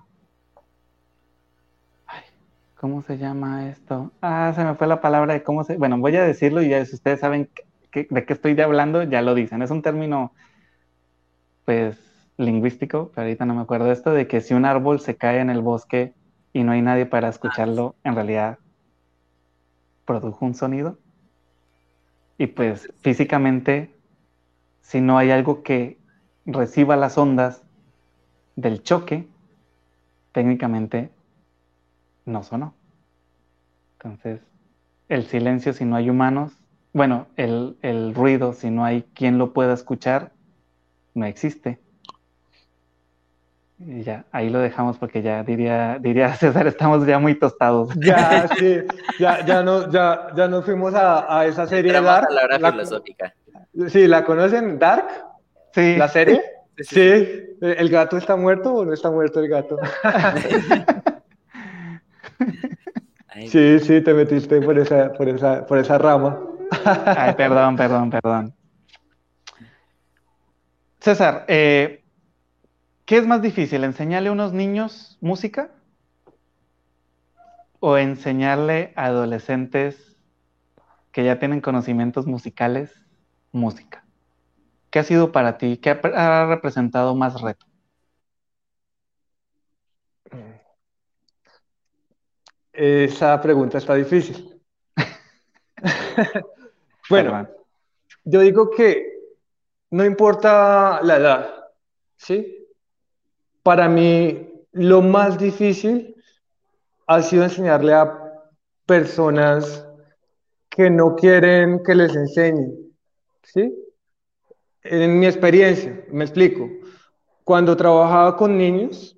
¿cómo se llama esto? Ah, se me fue la palabra de bueno, voy a decirlo y ya si ustedes saben de qué estoy hablando, ya lo dicen. Es un término, pues, lingüístico, pero ahorita no me acuerdo de esto, de que si un árbol se cae en el bosque y no hay nadie para escucharlo, en realidad produjo un sonido. Y pues, físicamente, si no hay algo que reciba las ondas del choque, técnicamente no sonó. Entonces, el silencio si no hay humanos, bueno, el ruido si no hay quien lo pueda escuchar, no existe. Y ya, ahí lo dejamos porque ya diría César, estamos ya muy tostados. Ya, sí, ya nos fuimos a esa serie Entramos a Dark. la hora filosófica. Sí, ¿la conocen? Dark, Sí. la serie. Sí, sí, Sí, sí. ¿el gato está muerto o no está muerto el gato? Ay, Dios. Sí, sí, te metiste por esa rama. Ay, perdón, perdón, perdón. César, ¿qué es más difícil, enseñarle a unos niños música o enseñarle a adolescentes que ya tienen conocimientos musicales música? ¿Qué ha sido para ti? ¿Qué ha representado más reto? Esa pregunta está difícil. Bueno, Perdón. yo digo que no importa la edad, ¿sí? para mí lo más difícil ha sido enseñarle a personas que no quieren que les enseñen, ¿sí? En mi experiencia, me explico. Cuando trabajaba con niños,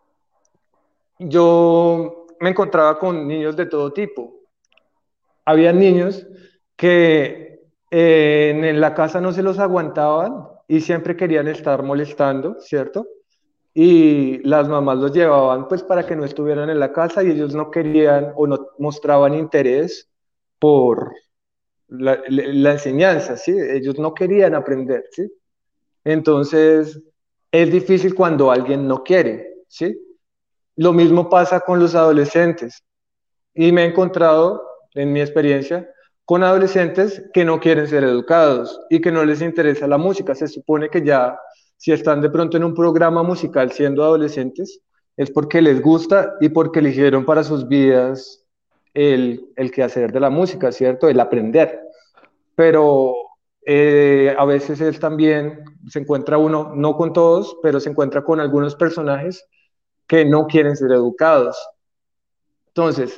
yo me encontraba con niños de todo tipo. Había niños que en la casa no se los aguantaban y siempre querían estar molestando, ¿cierto? Y las mamás los llevaban pues para que no estuvieran en la casa y ellos no querían o no mostraban interés por la enseñanza, ¿sí? Ellos no querían aprender, ¿sí? Entonces, es difícil cuando alguien no quiere, ¿sí? Lo mismo pasa con los adolescentes. Y me he encontrado, en mi experiencia, con adolescentes que no quieren ser educados y que no les interesa la música. Se supone que ya, si están de pronto en un programa musical siendo adolescentes, es porque les gusta y porque eligieron para sus vidas el quehacer de la música, ¿cierto? El aprender. Pero a veces es también, se encuentra uno, no con todos, pero se encuentra con algunos personajes que no quieren ser educados. Entonces,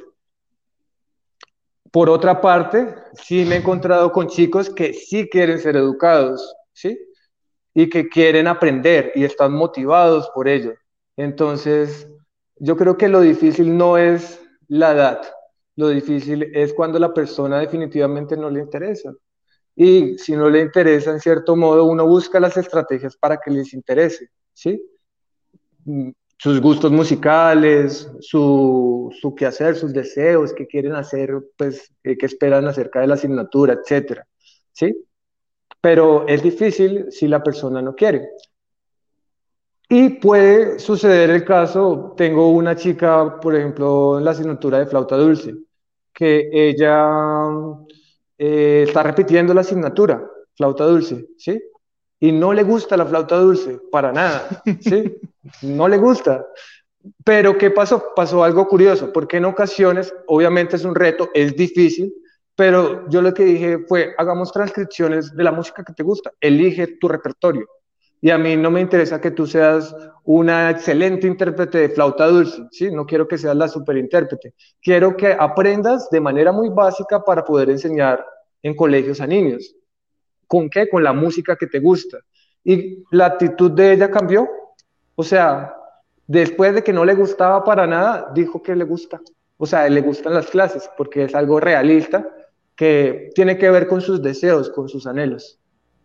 por otra parte, sí me he encontrado con chicos que sí quieren ser educados, ¿sí? Y que quieren aprender y están motivados por ello. Entonces, yo creo que lo difícil no es la edad, lo difícil es cuando la persona definitivamente no le interesa. Y si no le interesa, en cierto modo, uno busca las estrategias para que les interese, ¿sí? Sus gustos musicales, su quehacer, sus deseos, qué quieren hacer, pues, qué esperan acerca de la asignatura, etcétera, ¿sí? Pero es difícil si la persona no quiere. Y puede suceder el caso, tengo una chica, por ejemplo, en la asignatura de flauta dulce, que ella está repitiendo la asignatura, flauta dulce, ¿sí? Y no le gusta la flauta dulce, para nada, ¿sí? No le gusta. Pero ¿qué pasó? Pasó algo curioso, porque en ocasiones, obviamente es un reto, es difícil, pero yo lo que dije fue, hagamos transcripciones de la música que te gusta, elige tu repertorio. Y a mí no me interesa que tú seas una excelente intérprete de flauta dulce, ¿sí? No quiero que seas la superintérprete. Quiero que aprendas de manera muy básica para poder enseñar en colegios a niños. ¿Con qué? Con la música que te gusta. Y la actitud de ella cambió. O sea, después de que no le gustaba para nada, dijo que le gusta. O sea, le gustan las clases porque es algo realista que tiene que ver con sus deseos, con sus anhelos.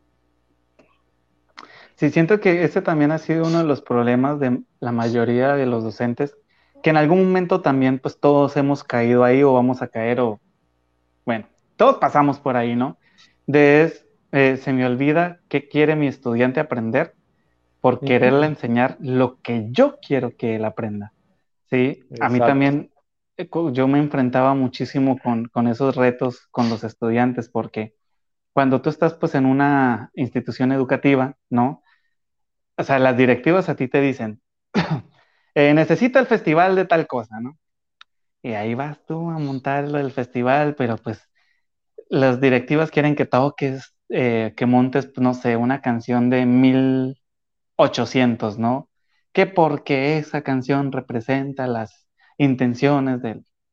Sí, siento que ese también ha sido uno de los problemas de la mayoría de los docentes, que en algún momento también pues todos hemos caído ahí o vamos a caer o, bueno, todos pasamos por ahí, ¿no? Se me olvida qué quiere mi estudiante aprender por quererle enseñar lo que yo quiero que él aprenda, ¿sí? A mí Exacto. también, yo me enfrentaba muchísimo con esos retos con los estudiantes, porque cuando tú estás pues en una institución educativa, ¿no? O sea, las directivas a ti te dicen, necesito el festival de tal cosa, ¿no? Y ahí vas tú a montar lo del festival, pero pues las directivas quieren que toques, que montes, pues, no sé, una canción de 1800, ¿no? Que porque esa canción representa las intenciones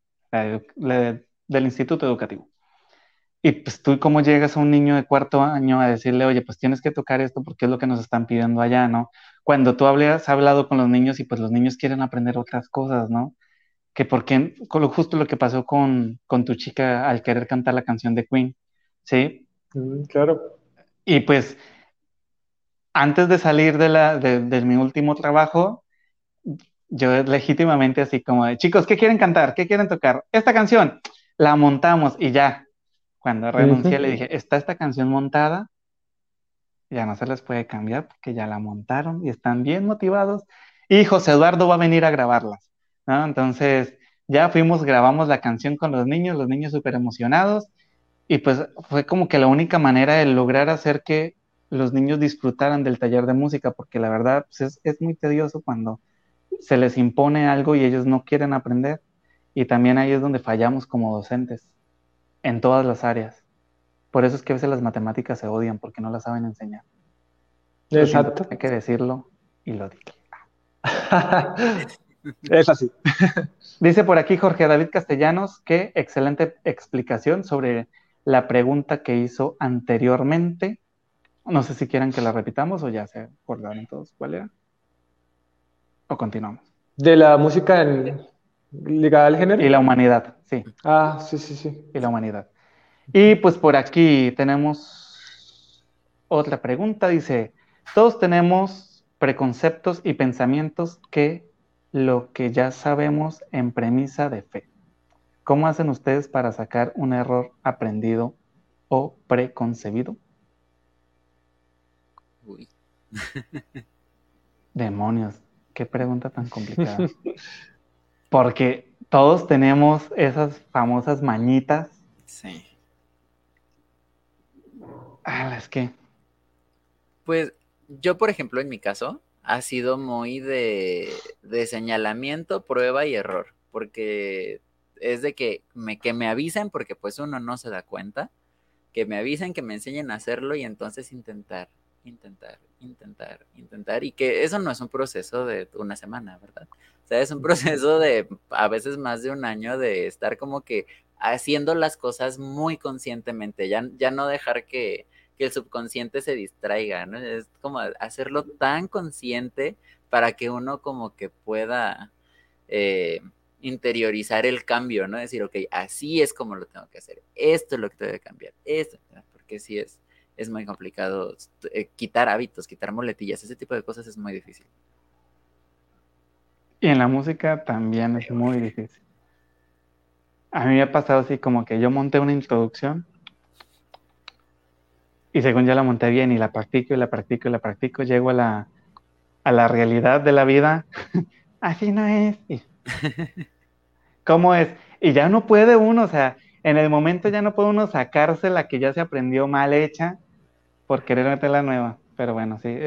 del instituto educativo. Y pues tú, ¿cómo llegas a un niño de cuarto año a decirle, oye, pues tienes que tocar esto porque es lo que nos están pidiendo allá, ¿no? Cuando tú has hablado con los niños y pues los niños quieren aprender otras cosas, ¿no? Que porque, justo lo que pasó con tu chica al querer cantar la canción de Queen, ¿sí? Claro. Y pues antes de salir de mi último trabajo, yo legítimamente así como de, chicos, ¿qué quieren cantar? ¿Qué quieren tocar? Esta canción, la montamos y ya. Cuando renuncié le dije, ¿está esta canción montada? Ya no se les puede cambiar porque ya la montaron y están bien motivados. Y José Eduardo va a venir a grabarlas, ¿no? Entonces ya fuimos, grabamos la canción con los niños súper emocionados y pues fue como que la única manera de lograr hacer que los niños disfrutaran del taller de música, porque la verdad pues, es muy tedioso cuando se les impone algo y ellos no quieren aprender. Y también ahí es donde fallamos como docentes, en todas las áreas. Por eso es que a veces las matemáticas se odian, porque no las saben enseñar. Lo siento, Exacto. tenía que decirlo y lo dije. Es así. Dice por aquí Jorge David Castellanos que excelente explicación sobre la pregunta que hizo anteriormente. No sé si quieren que la repitamos o ya se acordaron todos cuál era. O continuamos. De la música ligada al género. Y la humanidad, sí, Ah, sí, sí, sí. y la humanidad. Y pues por aquí tenemos otra pregunta. Dice, todos tenemos preconceptos y pensamientos que lo que ya sabemos en premisa de fe. ¿Cómo hacen ustedes para sacar un error aprendido o preconcebido? Uy. Demonios, qué pregunta tan complicada. Porque todos tenemos esas famosas mañitas. Sí. Es que Pues yo, por ejemplo, en mi caso, ha sido muy de señalamiento, prueba y error, porque es de que me avisen, porque pues uno no se da cuenta, que me avisen, que me enseñen a hacerlo y entonces intentar, y que eso no es un proceso de una semana, ¿verdad? O sea, es un proceso de a veces más de un año de estar como que haciendo las cosas muy conscientemente, ya no dejar que el subconsciente se distraiga, ¿no? Es como hacerlo tan consciente para que uno como que pueda eh, interiorizar el cambio, ¿no? Decir, ok, así es como lo tengo que hacer, esto es lo que tengo que cambiar, esto, porque sí es muy complicado quitar hábitos, quitar muletillas, ese tipo de cosas es muy difícil. y en la música también es muy difícil. A mí me ha pasado así como que yo monté una introducción y según ya la monté bien y la practico y la practico y la practico, llego a la realidad de la vida. Así no es. ¿Cómo es? Y ya no puede uno, o sea, en el momento ya no puede uno sacarse la que ya se aprendió mal hecha por querer meter la nueva. Pero bueno, sí,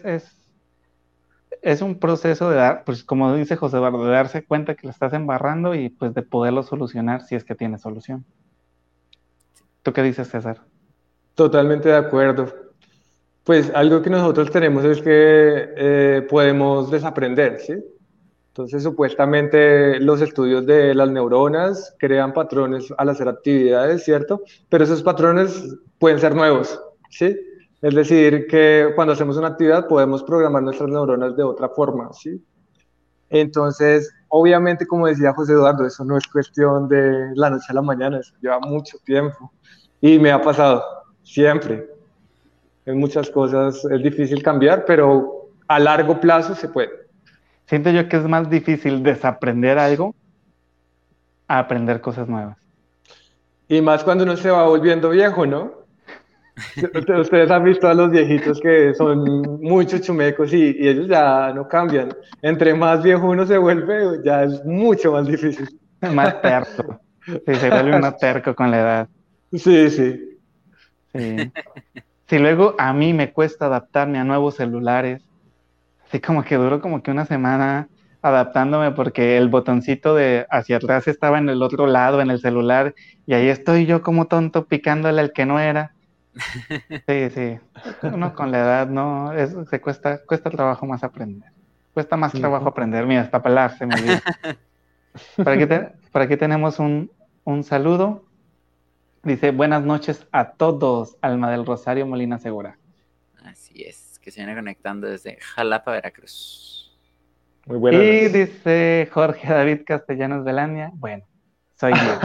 es un proceso de dar, pues como dice José Eduardo, de darse cuenta que lo estás embarrando y pues de poderlo solucionar si es que tiene solución. ¿Tú qué dices, César? Totalmente de acuerdo. Pues algo que nosotros tenemos es que podemos desaprender, ¿sí? Entonces, supuestamente los estudios de las neuronas crean patrones al hacer actividades, ¿cierto? Pero esos patrones pueden ser nuevos, ¿sí? Es decir, que cuando hacemos una actividad podemos programar nuestras neuronas de otra forma, ¿sí? Entonces, obviamente, como decía José Eduardo, eso no es cuestión de la noche a la mañana, eso lleva mucho tiempo. Y me ha pasado, siempre. En muchas cosas es difícil cambiar, pero a largo plazo se puede. Siento yo que es más difícil desaprender algo a aprender cosas nuevas. Y más cuando uno se va volviendo viejo, ¿no? Ustedes han visto a los viejitos que son muy chuchumecos y ellos ya no cambian. Entre más viejo uno se vuelve, ya es mucho más difícil. Más terco. Sí, se vuelve uno terco con la edad. Sí, sí. Sí. Si luego a mí me cuesta adaptarme a nuevos celulares, así como que duró como que una semana adaptándome porque el botoncito de hacia atrás estaba en el otro lado, en el celular, y ahí estoy yo como tonto picándole al que no era. Sí, sí. Uno con la edad no, cuesta trabajo más aprender. Cuesta más trabajo Ujú. aprender. Mira, hasta palabras se me olvida. Por aquí tenemos un saludo. Dice, buenas noches a todos, Alma del Rosario Molina Segura. Así es, que se viene conectando desde Jalapa, Veracruz. Muy buenas Y noches. dice Jorge David Castellanos Belania, bueno, soy Diego.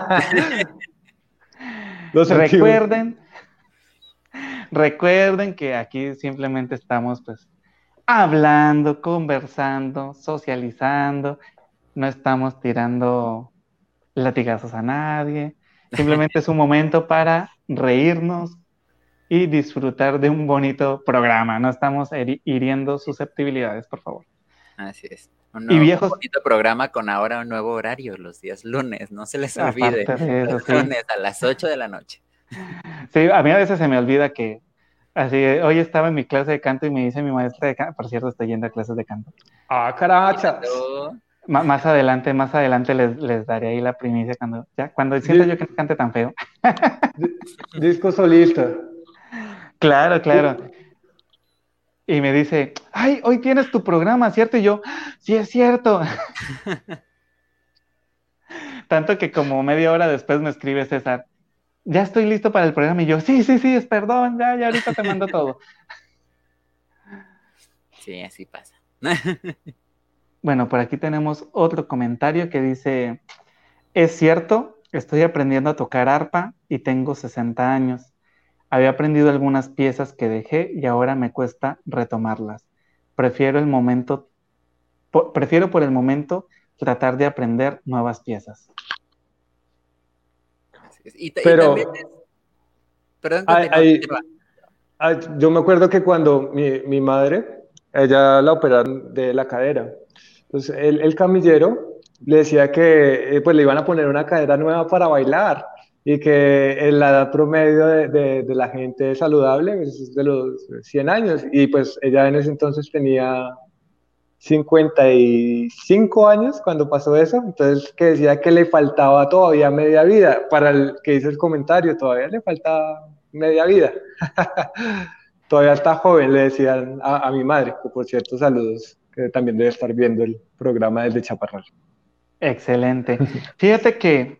Lo sentimos. Recuerden, recuerden que aquí simplemente estamos pues hablando, conversando, socializando, no estamos tirando latigazos a nadie, simplemente es un momento para reírnos y disfrutar de un bonito programa, no estamos hiriendo susceptibilidades, por favor. Así es. Y Un viejos, bonito programa con ahora un nuevo horario, los días lunes, no se les olvide, aparte de eso, los sí. lunes a las 8 de la noche. Sí, a mí a veces se me olvida que, así, hoy estaba en mi clase de canto y me dice mi maestra de canto, por cierto, estoy yendo a clases de canto. Ah, carachas. Invitando. Más adelante les daré ahí la primicia cuando sienta yo Di- que no cante tan feo. disco solista. Claro, claro. y me dice, ay, hoy tienes tu programa, ¿cierto? Y yo, sí, es cierto. Tanto que como media hora después me escribe César, ya estoy listo para el programa. Y yo, sí, sí, sí, es perdón, ya ahorita te mando todo. Sí, así pasa. Bueno, por aquí tenemos otro comentario que dice, es cierto, estoy aprendiendo a tocar arpa y tengo 60 años. Había aprendido algunas piezas que dejé y ahora me cuesta retomarlas. Prefiero el momento, prefiero por el momento tratar de aprender nuevas piezas. Así es. Y también, Pero perdón, hay, continúa, hay- continúa. yo me acuerdo que cuando mi madre, ella la operaron de la cadera. Entonces, el camillero le decía que pues le iban a poner una cadera nueva para bailar y que la edad promedio de la gente saludable pues, es de los 100 años. Y pues ella en ese entonces tenía 55 años cuando pasó eso. Entonces, que decía que le faltaba todavía media vida. Para el que hizo el comentario, todavía le falta media vida. Todavía está joven, le decían a mi madre, que por cierto, saludos, que también debe estar viendo el programa desde Chaparral. Excelente. Fíjate que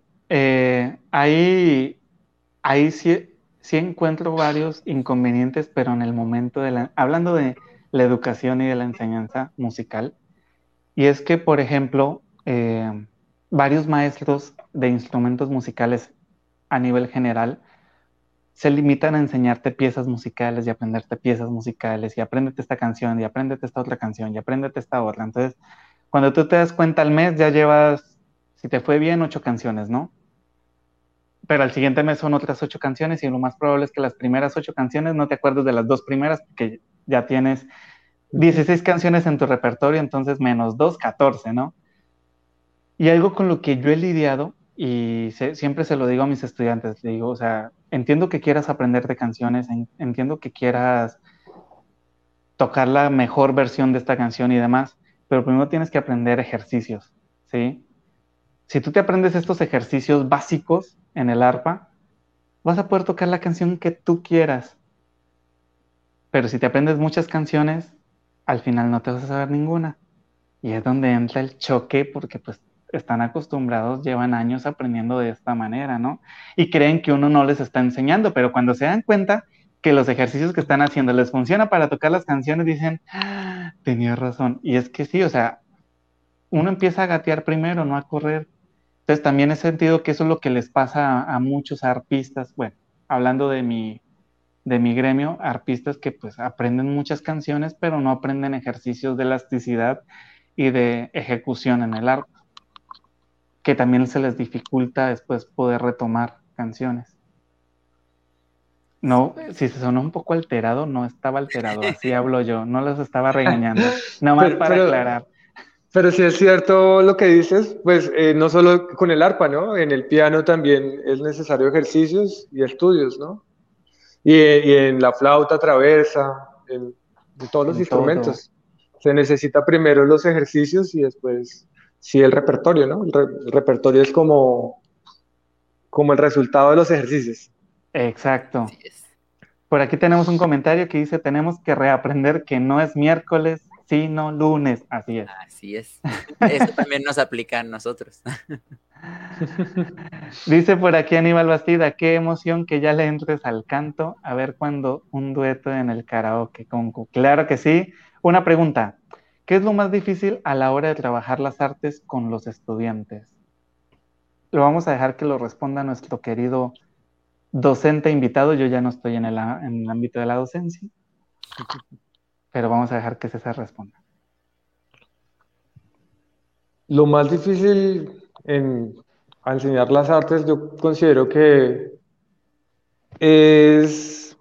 ahí sí, sí encuentro varios inconvenientes, pero en el momento hablando de la educación y de la enseñanza musical, y es que, por ejemplo, varios maestros de instrumentos musicales a nivel general se limitan a enseñarte piezas musicales y aprenderte piezas musicales y apréndete esta canción y apréndete esta otra canción y apréndete esta otra. Entonces, cuando tú te das cuenta al mes ya llevas, si te fue bien, 8 canciones, ¿no? Pero al siguiente mes son otras 8 canciones y lo más probable es que las primeras 8 canciones no te acuerdes de las 2 primeras porque ya tienes 16 canciones en tu repertorio, entonces menos 2, 14, ¿no? Y algo con lo que yo he lidiado, y siempre se lo digo a mis estudiantes, le digo, o sea, entiendo que quieras aprender de canciones, entiendo que quieras tocar la mejor versión de esta canción y demás, pero primero tienes que aprender ejercicios, ¿sí? Si tú te aprendes estos ejercicios básicos en el arpa, vas a poder tocar la canción que tú quieras, pero si te aprendes muchas canciones, al final no te vas a saber ninguna. Y es donde entra el choque porque pues están acostumbrados, llevan años aprendiendo de esta manera, ¿no? Y creen que uno no les está enseñando, pero cuando se dan cuenta que los ejercicios que están haciendo les funciona para tocar las canciones, dicen, "Ah, tenía razón". Y es que sí, o sea, uno empieza a gatear primero, no a correr. Entonces también he sentido que eso es lo que les pasa a muchos arpistas, bueno, hablando de mi gremio, arpistas que pues aprenden muchas canciones, pero no aprenden ejercicios de elasticidad y de ejecución en el arpa, que también se les dificulta después poder retomar canciones. No, si se sonó un poco alterado, no estaba alterado, así hablo yo, no los estaba regañando, nada más Pero, para pero, aclarar. pero sí es cierto lo que dices, pues no solo con el arpa, ¿no? En el piano también es necesario ejercicios y estudios, ¿no? Y en la flauta traversa, en todos los En todo. instrumentos. Se necesita primero los ejercicios y después, sí, el repertorio, ¿no? El repertorio es como el resultado de los ejercicios. Así Exacto. es. Por aquí tenemos un comentario que dice, tenemos que reaprender que no es miércoles, sino lunes. Así es. Así es. Eso también nos aplica a nosotros. Dice por aquí Aníbal Bastida, qué emoción que ya le entres al canto, a ver cuando un dueto en el karaoke, Concu. Claro que sí. Una pregunta, ¿qué es lo más difícil a la hora de trabajar las artes con los estudiantes? Lo vamos a dejar que lo responda nuestro querido docente invitado. Yo ya no estoy en el ámbito de la docencia, pero vamos a dejar que César responda. Lo más difícil a enseñar las artes, yo considero que es,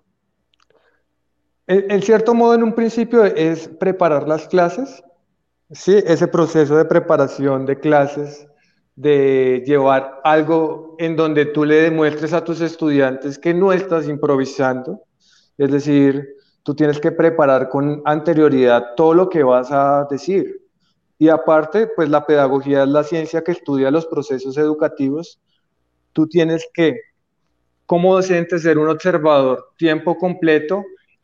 en cierto modo, en un principio, es preparar las clases. Sí, ese proceso de preparación de clases, de llevar algo en donde tú le demuestres a tus estudiantes que no estás improvisando, es decir, tú tienes que preparar con anterioridad todo lo que vas a decir. Y aparte, pues la pedagogía es la ciencia que estudia los procesos educativos. Tú tienes que, como docente, ser un observador tiempo completo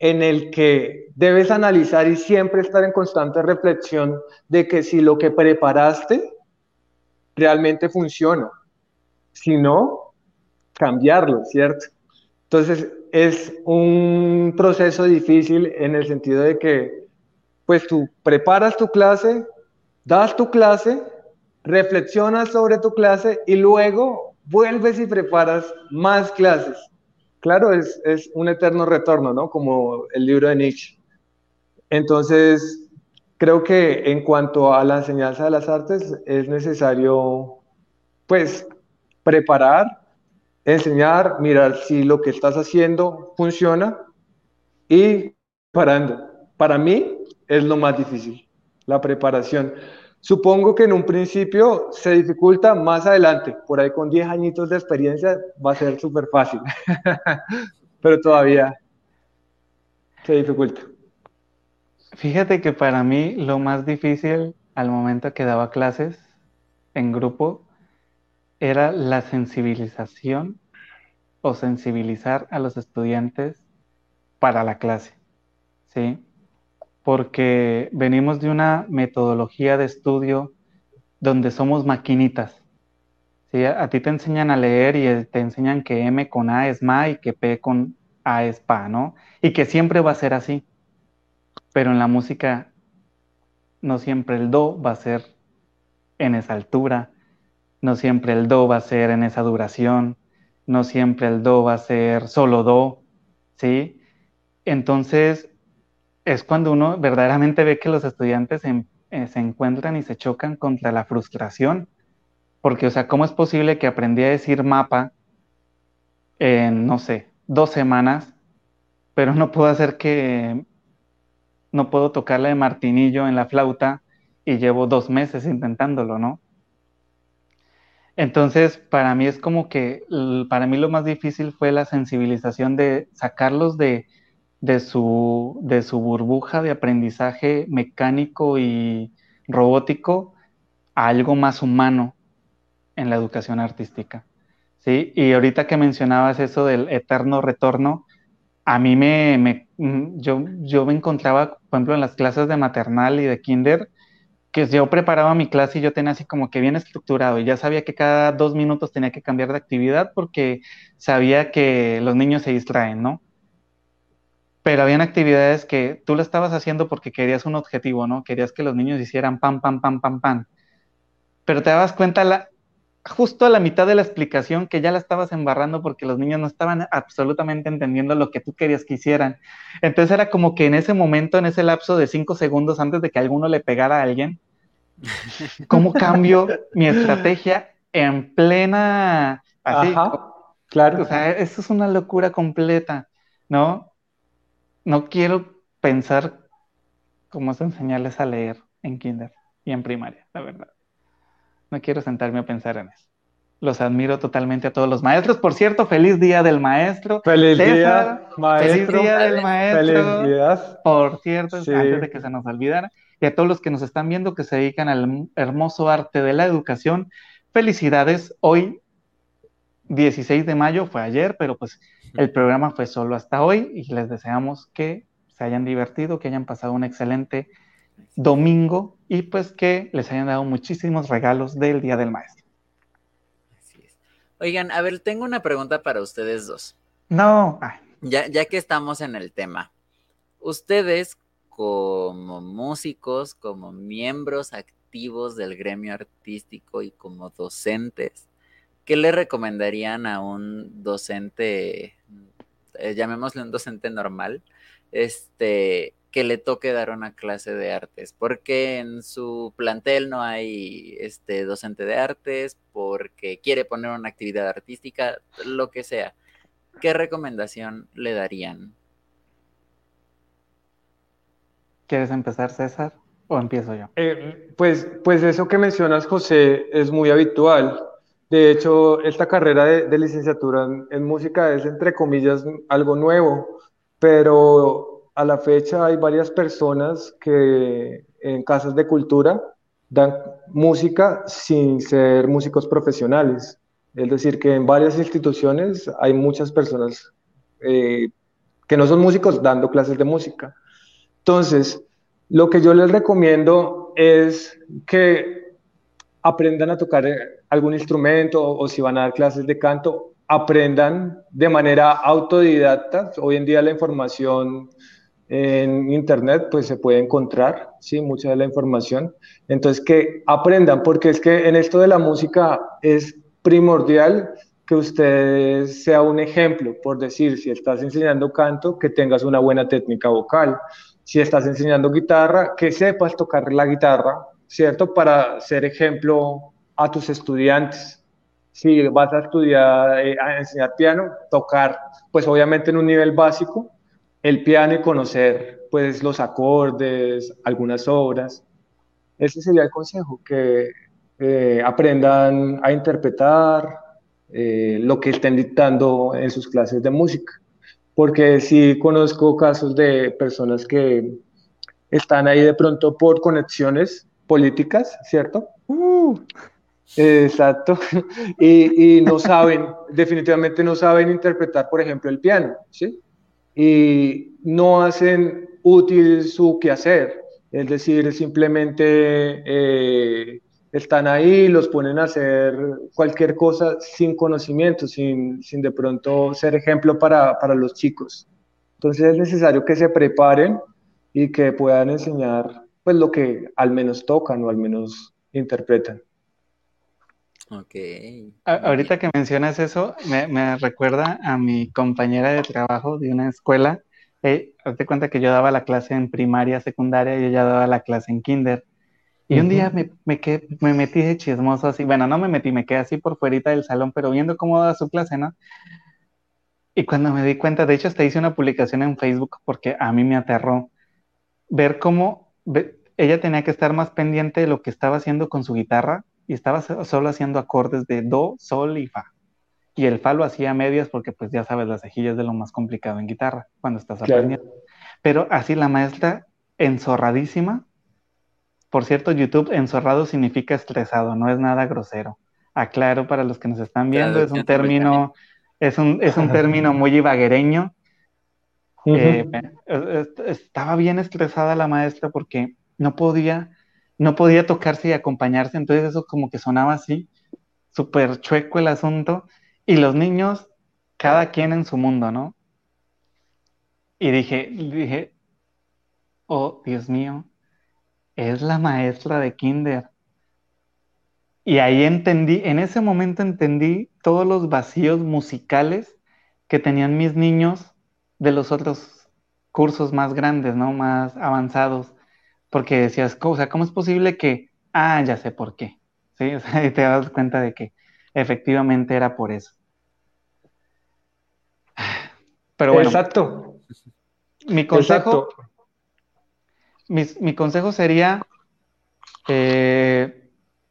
en el que debes analizar y siempre estar en constante reflexión de que si lo que preparaste realmente funciona, si no, cambiarlo, ¿cierto? Entonces es un proceso difícil en el sentido de que pues tú preparas tu clase, das tu clase, reflexionas sobre tu clase y luego vuelves y preparas más clases. Claro, es un eterno retorno, ¿no? Como el libro de Nietzsche. Entonces, creo que en cuanto a la enseñanza de las artes, es necesario, pues, preparar, enseñar, mirar si lo que estás haciendo funciona y parando. Para mí es lo más difícil, la preparación. Supongo que en un principio se dificulta más adelante, por ahí con 10 añitos de experiencia va a ser súper fácil, pero todavía se dificulta. Fíjate que para mí lo más difícil al momento que daba clases en grupo era la sensibilización o sensibilizar a los estudiantes para la clase, ¿sí? Porque venimos de una metodología de estudio donde somos maquinitas, ¿sí? A ti te enseñan a leer y te enseñan que M con A es ma y que P con A es pa, ¿no? Y que siempre va a ser así, pero en la música no siempre el do va a ser en esa altura, no siempre el do va a ser en esa duración, no siempre el do va a ser solo do, ¿sí? Entonces es cuando uno verdaderamente ve que los estudiantes se encuentran y se chocan contra la frustración, porque, o sea, ¿cómo es posible que aprendí a decir mapa en, no sé, 2 semanas, pero no puedo tocarla de martinillo en la flauta y llevo 2 meses intentándolo, ¿no? Entonces, para mí es como que, para mí lo más difícil fue la sensibilización de sacarlos de su burbuja de aprendizaje mecánico y robótico a algo más humano en la educación artística, ¿sí? Y ahorita que mencionabas eso del eterno retorno, a mí yo me encontraba, por ejemplo, en las clases de maternal y de kinder, que yo preparaba mi clase y yo tenía así como que bien estructurado y ya sabía que cada 2 minutos tenía que cambiar de actividad porque sabía que los niños se distraen, ¿no? Pero habían actividades que tú lo estabas haciendo porque querías un objetivo, ¿no? Querías que los niños hicieran pam, pam, pam, pam, pam. Pero te dabas cuenta justo a la mitad de la explicación que ya la estabas embarrando porque los niños no estaban absolutamente entendiendo lo que tú querías que hicieran. Entonces era como que en ese momento, en ese lapso de 5 segundos antes de que alguno le pegara a alguien, ¿cómo cambio mi estrategia en plena, así, Ajá, o claro. sea, eso es una locura completa, ¿no? No quiero pensar cómo es enseñarles a leer en kinder y en primaria, la verdad. No quiero sentarme a pensar en eso. Los admiro totalmente a todos los maestros. Por cierto, feliz día del maestro. Feliz César, día, feliz día maestro. del maestro. Felicidades. Por cierto, Sí. antes de que se nos olvidara, y a todos los que nos están viendo que se dedican al hermoso arte de la educación, felicidades. Hoy, 16 de mayo, fue ayer, pero pues el programa fue solo hasta hoy y les deseamos que se hayan divertido, que hayan pasado un excelente domingo y pues que les hayan dado muchísimos regalos del Día del Maestro. Así es. Oigan, a ver, tengo una pregunta para ustedes dos. No, ay, Ya que estamos en el tema, ustedes como músicos, como miembros activos del gremio artístico y como docentes, ¿qué le recomendarían a un docente, llamémosle un docente normal, que le toque dar una clase de artes? Porque en su plantel no hay docente de artes, porque quiere poner una actividad artística, lo que sea. ¿Qué recomendación le darían? ¿quieres empezar, César? ¿O empiezo yo? Pues eso que mencionas, José, es muy habitual. De hecho, esta carrera de licenciatura en música es, entre comillas, algo nuevo, pero a la fecha hay varias personas que en casas de cultura dan música sin ser músicos profesionales. Es decir, que en varias instituciones hay muchas personas eh, que no son músicos dando clases de música. Entonces, lo que yo les recomiendo es que aprendan a tocar algún instrumento o si van a dar clases de canto, aprendan de manera autodidacta. Hoy en día la información en internet pues se puede encontrar, sí, mucha de la información. Entonces que aprendan, porque es que en esto de la música es primordial que usted sea un ejemplo, por decir, si estás enseñando canto, que tengas una buena técnica vocal. Si estás enseñando guitarra, que sepas tocar la guitarra, ¿cierto? Para ser ejemplo a tus estudiantes. Si vas a estudiar, a enseñar piano, tocar, pues obviamente en un nivel básico, el piano y conocer, pues los acordes, algunas obras. Ese sería el consejo, que aprendan a interpretar lo que estén dictando en sus clases de música. Porque sí conozco casos de personas que están ahí de pronto por conexiones políticas, ¿cierto? Exacto. Y no saben, definitivamente no saben interpretar, por ejemplo, el piano, ¿sí? Y no hacen útil su quehacer, es decir, simplemente están ahí, los ponen a hacer cualquier cosa sin conocimiento, sin de pronto ser ejemplo para los chicos. Entonces es necesario que se preparen y que puedan enseñar pues lo que al menos tocan o al menos interpretan. Ok, muy bien. Ahorita que mencionas eso, me recuerda a mi compañera de trabajo de una escuela. Hazte cuenta que yo daba la clase en primaria, secundaria, y ella daba la clase en kinder. Y un día Ujú. me metí de chismoso así, bueno, no me metí, me quedé así por fuerita del salón, pero viendo cómo daba su clase, ¿no? Y cuando me di cuenta, de hecho hasta hice una publicación en Facebook porque a mí me aterró ver cómo ella tenía que estar más pendiente de lo que estaba haciendo con su guitarra y estaba solo haciendo acordes de do, sol y fa. Y el fa lo hacía a medias porque pues ya sabes, la cejilla es de lo más complicado en guitarra cuando estás aprendiendo. Claro. Pero así la maestra enzorradísima. Por cierto, YouTube enzorrado significa estresado, no es nada grosero. Aclaro para los que nos están viendo, es un Traducción simultánea. término, es un término muy ibaguereño. Eh, Ujú. Estaba bien estresada la maestra porque no podía tocarse y acompañarse, entonces eso como que sonaba así, súper chueco el asunto, y los niños, cada quien en su mundo, ¿no? Y dije, oh, Dios mío, es la maestra de kinder. Y ahí entendí, en ese momento entendí todos los vacíos musicales que tenían mis niños de los otros cursos más grandes, ¿no? Más avanzados. Porque decías, o sea, ¿cómo es posible que, ya sé por qué? ¿Sí? O sea, y te das cuenta de que efectivamente era por eso. Pero bueno, Exacto, mi exacto. consejo, mi consejo sería, eh,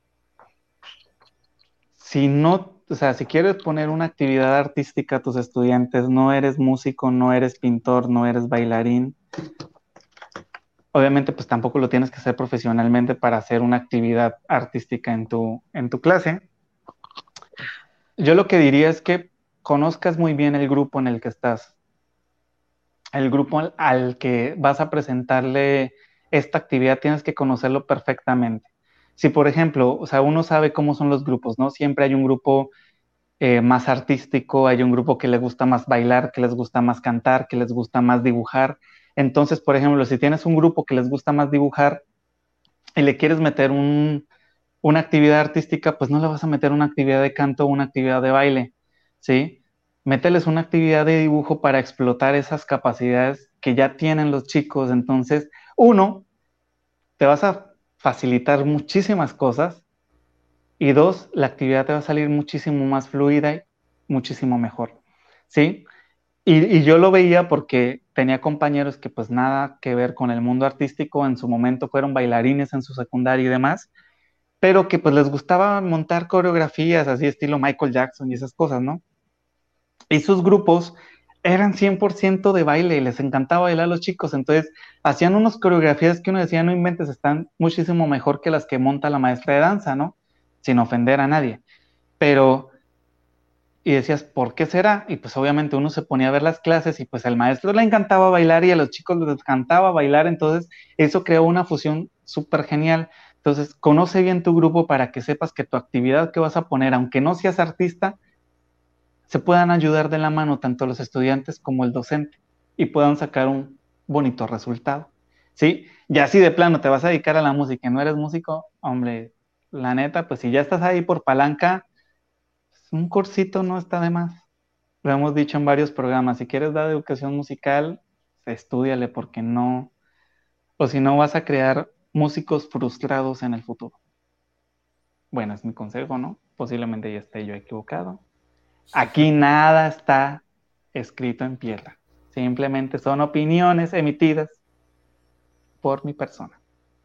si no, o sea, si quieres poner una actividad artística a tus estudiantes, no eres músico, no eres pintor, no eres bailarín, obviamente pues tampoco lo tienes que hacer profesionalmente para hacer una actividad artística en tu clase. Yo lo que diría es que conozcas muy bien el grupo en el que estás, el grupo al que vas a presentarle esta actividad, tienes que conocerlo perfectamente. Si, por ejemplo, o sea, uno sabe cómo son los grupos, ¿no? Siempre hay un grupo más artístico, hay un grupo que les gusta más bailar, que les gusta más cantar, que les gusta más dibujar. Entonces, por ejemplo, si tienes un grupo que les gusta más dibujar y le quieres meter una actividad artística, pues no le vas a meter una actividad de canto o una actividad de baile, ¿sí? Mételes una actividad de dibujo para explotar esas capacidades que ya tienen los chicos. Entonces, uno, te vas a facilitar muchísimas cosas y dos, la actividad te va a salir muchísimo más fluida y muchísimo mejor, ¿sí? Y yo lo veía porque tenía compañeros que pues nada que ver con el mundo artístico, en su momento fueron bailarines en su secundaria y demás, pero que pues les gustaba montar coreografías así estilo Michael Jackson y esas cosas, ¿no? Y sus grupos eran 100% de baile y les encantaba bailar a los chicos, entonces hacían unas coreografías que uno decía, no inventes, están muchísimo mejor que las que monta la maestra de danza, ¿no? Sin ofender a nadie. Pero y decías, ¿por qué será? Y pues obviamente uno se ponía a ver las clases y pues al maestro le encantaba bailar y a los chicos les encantaba bailar, entonces eso creó una fusión súper genial. Entonces, conoce bien tu grupo para que sepas que tu actividad que vas a poner, aunque no seas artista, se puedan ayudar de la mano tanto los estudiantes como el docente y puedan sacar un bonito resultado. ¿Sí? Ya si de plano te vas a dedicar a la música y no eres músico, hombre, la neta, pues si ya estás ahí por palanca, un cursito no está de más. Lo hemos dicho en varios programas, si quieres dar educación musical, estúdiale porque no, o si no vas a crear músicos frustrados en el futuro. Bueno, es mi consejo, ¿no? Posiblemente ya esté yo equivocado. Aquí nada está escrito en piedra. Simplemente son opiniones emitidas por mi persona.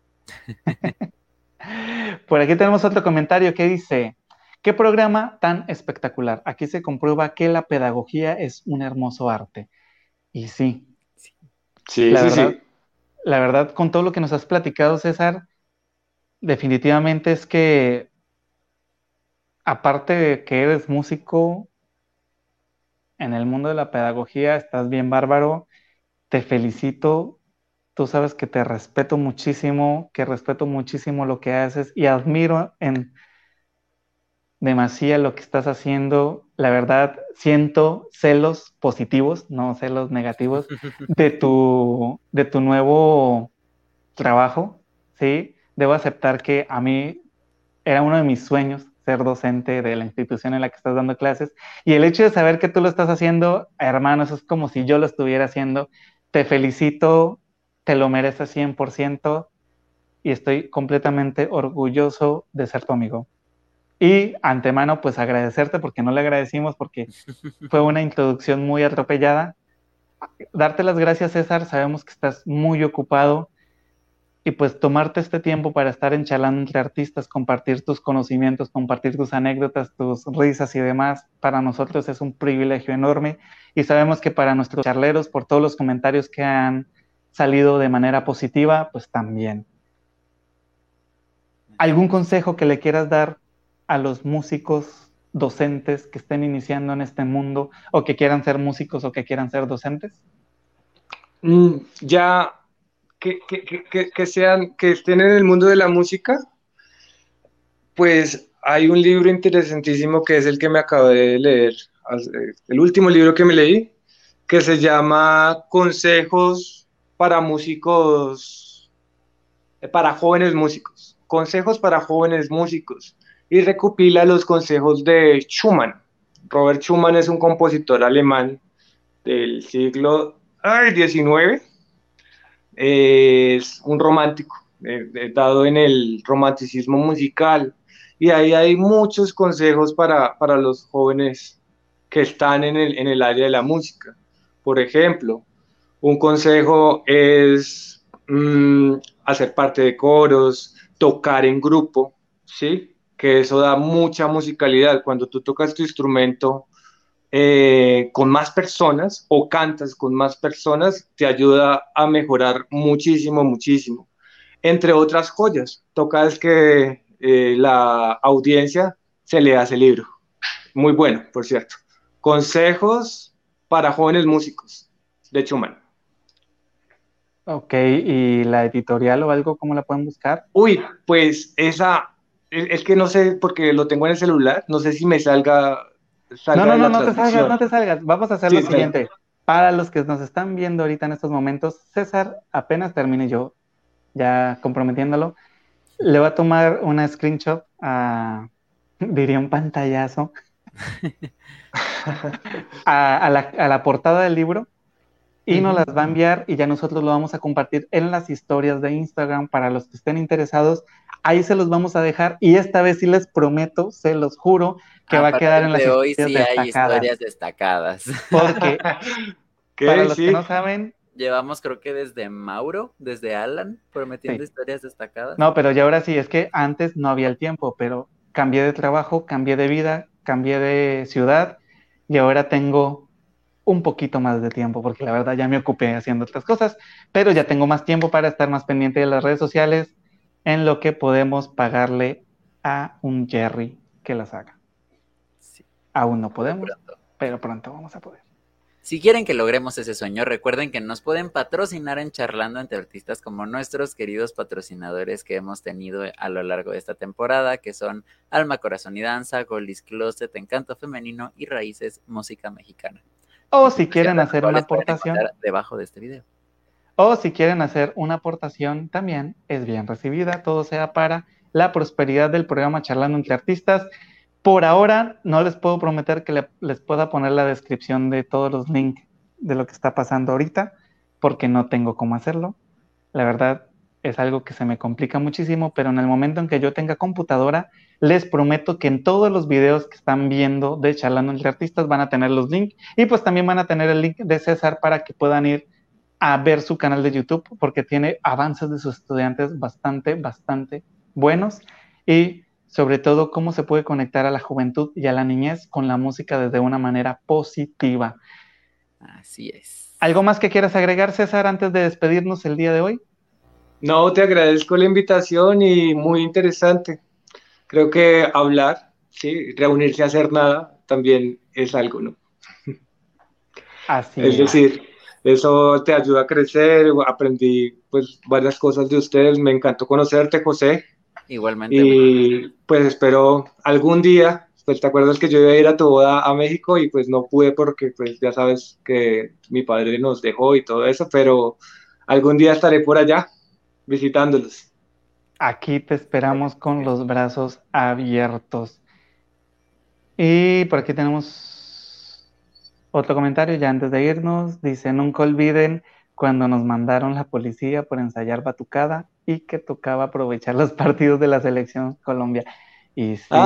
Por aquí tenemos otro comentario que dice, ¿qué programa tan espectacular? Aquí se comprueba que la pedagogía es un hermoso arte. Y sí, Sí, la sí, verdad, sí. la verdad, con todo lo que nos has platicado, César, definitivamente es que, aparte de que eres músico, en el mundo de la pedagogía estás bien bárbaro. Te felicito. Tú sabes que te respeto muchísimo, que respeto muchísimo lo que haces y admiro en demasía lo que estás haciendo. La verdad, siento celos positivos, no celos negativos, de tu nuevo trabajo, ¿sí? Debo aceptar que a mí era uno de mis sueños ser docente de la institución en la que estás dando clases. Y el hecho de saber que tú lo estás haciendo, hermano, eso es como si yo lo estuviera haciendo. Te felicito, te lo mereces 100% y estoy completamente orgulloso de ser tu amigo. Y antemano, pues agradecerte porque no le agradecimos porque fue una introducción muy atropellada. Darte las gracias, César. Sabemos que estás muy ocupado y pues tomarte este tiempo para estar enchalando entre artistas, compartir tus conocimientos, compartir tus anécdotas, tus risas y demás, para nosotros es un privilegio enorme y sabemos que para nuestros charleros, por todos los comentarios que han salido de manera positiva, pues también. ¿Algún consejo que le quieras dar a los músicos docentes que estén iniciando en este mundo o que quieran ser músicos o que quieran ser docentes? Ya que sean, que estén en el mundo de la música, pues hay un libro interesantísimo que es el que me acabé de leer, el último libro que me leí, que se llama Consejos para músicos, para jóvenes músicos, Consejos para jóvenes músicos, y recopila los consejos de Schumann. Robert Schumann es un compositor alemán del siglo XIX, es un romántico, dado en el romanticismo musical, y ahí hay muchos consejos para los jóvenes que están en el área de la música. Por ejemplo, un consejo es hacer parte de coros, tocar en grupo, ¿sí? Que eso da mucha musicalidad. Cuando tú tocas tu instrumento con más personas o cantas con más personas, te ayuda a mejorar muchísimo, muchísimo. Entre otras joyas, tocas que la audiencia se lea ese libro. Muy bueno, por cierto. Consejos para jóvenes músicos, de Schumann. Ok, ¿y la editorial o algo, cómo la pueden buscar? Uy, pues esa, es que no sé, porque lo tengo en el celular, no sé si me No, salga no, de no, la no te salgas, transmisión. no te salgas. Vamos a hacer Sí, lo espera. siguiente. Para los que nos están viendo ahorita en estos momentos, César, apenas termine yo, ya comprometiéndolo, le va a tomar una screenshot a, diría un pantallazo, a la portada del libro y nos las Ujú. va a enviar y ya nosotros lo vamos a compartir en las historias de Instagram para los que estén interesados. Ahí se los vamos a dejar y esta vez sí les prometo, se los juro, que A va a quedar en partir las de hoy historias sí hay destacadas. historias destacadas. Porque para Ok, los que no sí. saben, Llevamos creo que desde Mauro, desde Alan, prometiendo sí, historias destacadas. no, pero ya ahora sí, es que antes no había el tiempo, pero cambié de trabajo, cambié de vida, cambié de ciudad y ahora tengo un poquito más de tiempo, porque la verdad ya me ocupé haciendo otras cosas, pero ya tengo más tiempo para estar más pendiente de las redes sociales en lo que podemos pagarle a un Jerry que las haga. Sí. Aún no podemos, Pronto. pero pronto vamos a poder. Si quieren que logremos ese sueño, recuerden que nos pueden patrocinar en Charlando entre Artistas como nuestros queridos patrocinadores que hemos tenido a lo largo de esta temporada, que son Alma, Corazón y Danza, Goldie's Closet, Encanto Femenino y Raíces Música Mexicana. O si quieren hacer una aportación, debajo de este video. O si quieren hacer una aportación, también es bien recibida. Todo sea para la prosperidad del programa Charlando entre Artistas. Por ahora no les puedo prometer que les pueda poner la descripción de todos los links de lo que está pasando ahorita, porque no tengo cómo hacerlo. La verdad es algo que se me complica muchísimo, pero en el momento en que yo tenga computadora, les prometo que en todos los videos que están viendo de Charlando entre Artistas van a tener los links, y pues también van a tener el link de César para que puedan ir a ver su canal de YouTube, porque tiene avances de sus estudiantes bastante buenos, y sobre todo cómo se puede conectar a la juventud y a la niñez con la música desde una manera positiva. Así es. ¿Algo más que quieras agregar, César, antes de despedirnos el día de hoy? No, te agradezco la invitación y muy interesante. Creo que hablar, sí, reunirse a hacer nada también es algo, ¿no? Así Es decir, eso te ayuda a crecer. Aprendí pues varias cosas de ustedes. Me encantó conocerte, José. Igualmente. Y pues espero algún día, pues te acuerdas que yo iba a ir a tu boda a México y pues no pude porque pues ya sabes que mi padre nos dejó y todo eso, pero algún día estaré por allá visitándolos. Aquí te esperamos con los brazos abiertos. Y por aquí tenemos otro comentario ya antes de irnos. Dice, nunca olviden cuando nos mandaron la policía por ensayar batucada y que tocaba aprovechar los partidos de la selección Colombia. Y sí,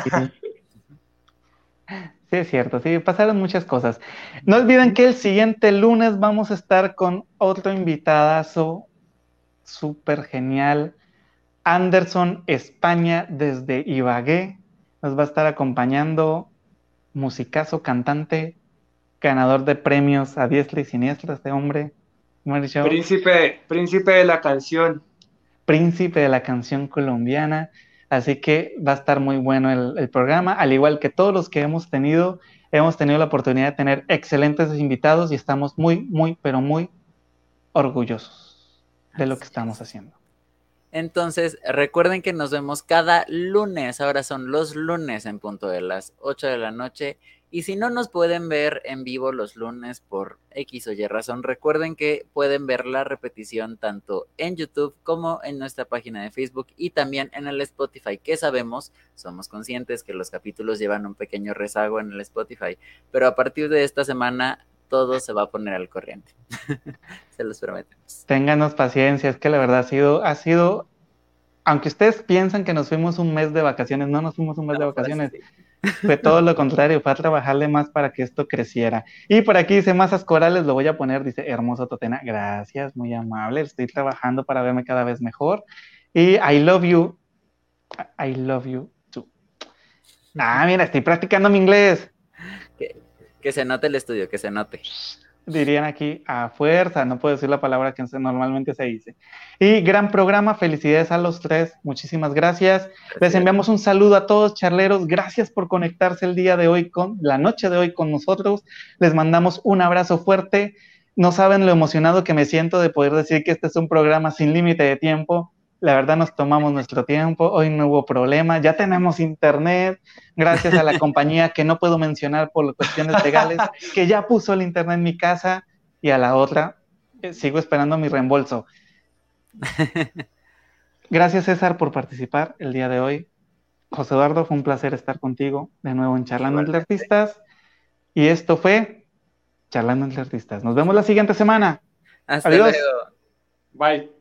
sí es cierto, sí, pasaron muchas cosas. No olviden que el siguiente lunes vamos a estar con otro invitadazo súper genial, Anderson España desde Ibagué. Nos va a estar acompañando, musicazo, cantante, ganador de premios a diestra y siniestra, este hombre. Príncipe de la canción. Príncipe de la canción colombiana. Así que va a estar muy bueno el programa, al igual que todos los que hemos tenido la oportunidad de tener excelentes invitados y estamos muy, pero muy orgullosos de lo que estamos haciendo. Entonces, recuerden que nos vemos cada lunes. Ahora son los lunes en punto de las 8 de la noche. Y si no nos pueden ver en vivo los lunes por X o Y razón, recuerden que pueden ver la repetición tanto en YouTube como en nuestra página de Facebook y también en el Spotify, que somos conscientes que los capítulos llevan un pequeño rezago en el Spotify, pero a partir de esta semana todo se va a poner al corriente. Se los prometemos. Ténganos paciencia, es que la verdad ha sido, aunque ustedes piensan que nos fuimos un mes de vacaciones, no nos fuimos un mes de vacaciones. Fue todo lo contrario, fue a trabajarle más para que esto creciera. Y por aquí dice Masas Corales, lo voy a poner, dice hermoso Totena, gracias, muy amable, estoy trabajando para verme cada vez mejor. Y I love you too. Mira, estoy practicando mi inglés. Que se note el estudio, que se note. Dirían aquí a fuerza, no puedo decir la palabra que normalmente se dice. Y gran programa, felicidades a los tres, muchísimas gracias. Les enviamos un saludo a todos, charleros, gracias por conectarse el día de hoy, la noche de hoy con nosotros. Les mandamos un abrazo fuerte. No saben lo emocionado que me siento de poder decir que este es un programa sin límite de tiempo. La verdad nos tomamos nuestro tiempo, hoy no hubo problema, ya tenemos internet, gracias a la compañía que no puedo mencionar por cuestiones legales, que ya puso el internet en mi casa, y a la otra, sigo esperando mi reembolso. Gracias, César, por participar el día de hoy. José Eduardo, fue un placer estar contigo de nuevo en Charlando entre Artistas, y esto fue Charlando entre Artistas. Nos vemos la siguiente semana. Hasta Adiós. luego. Bye.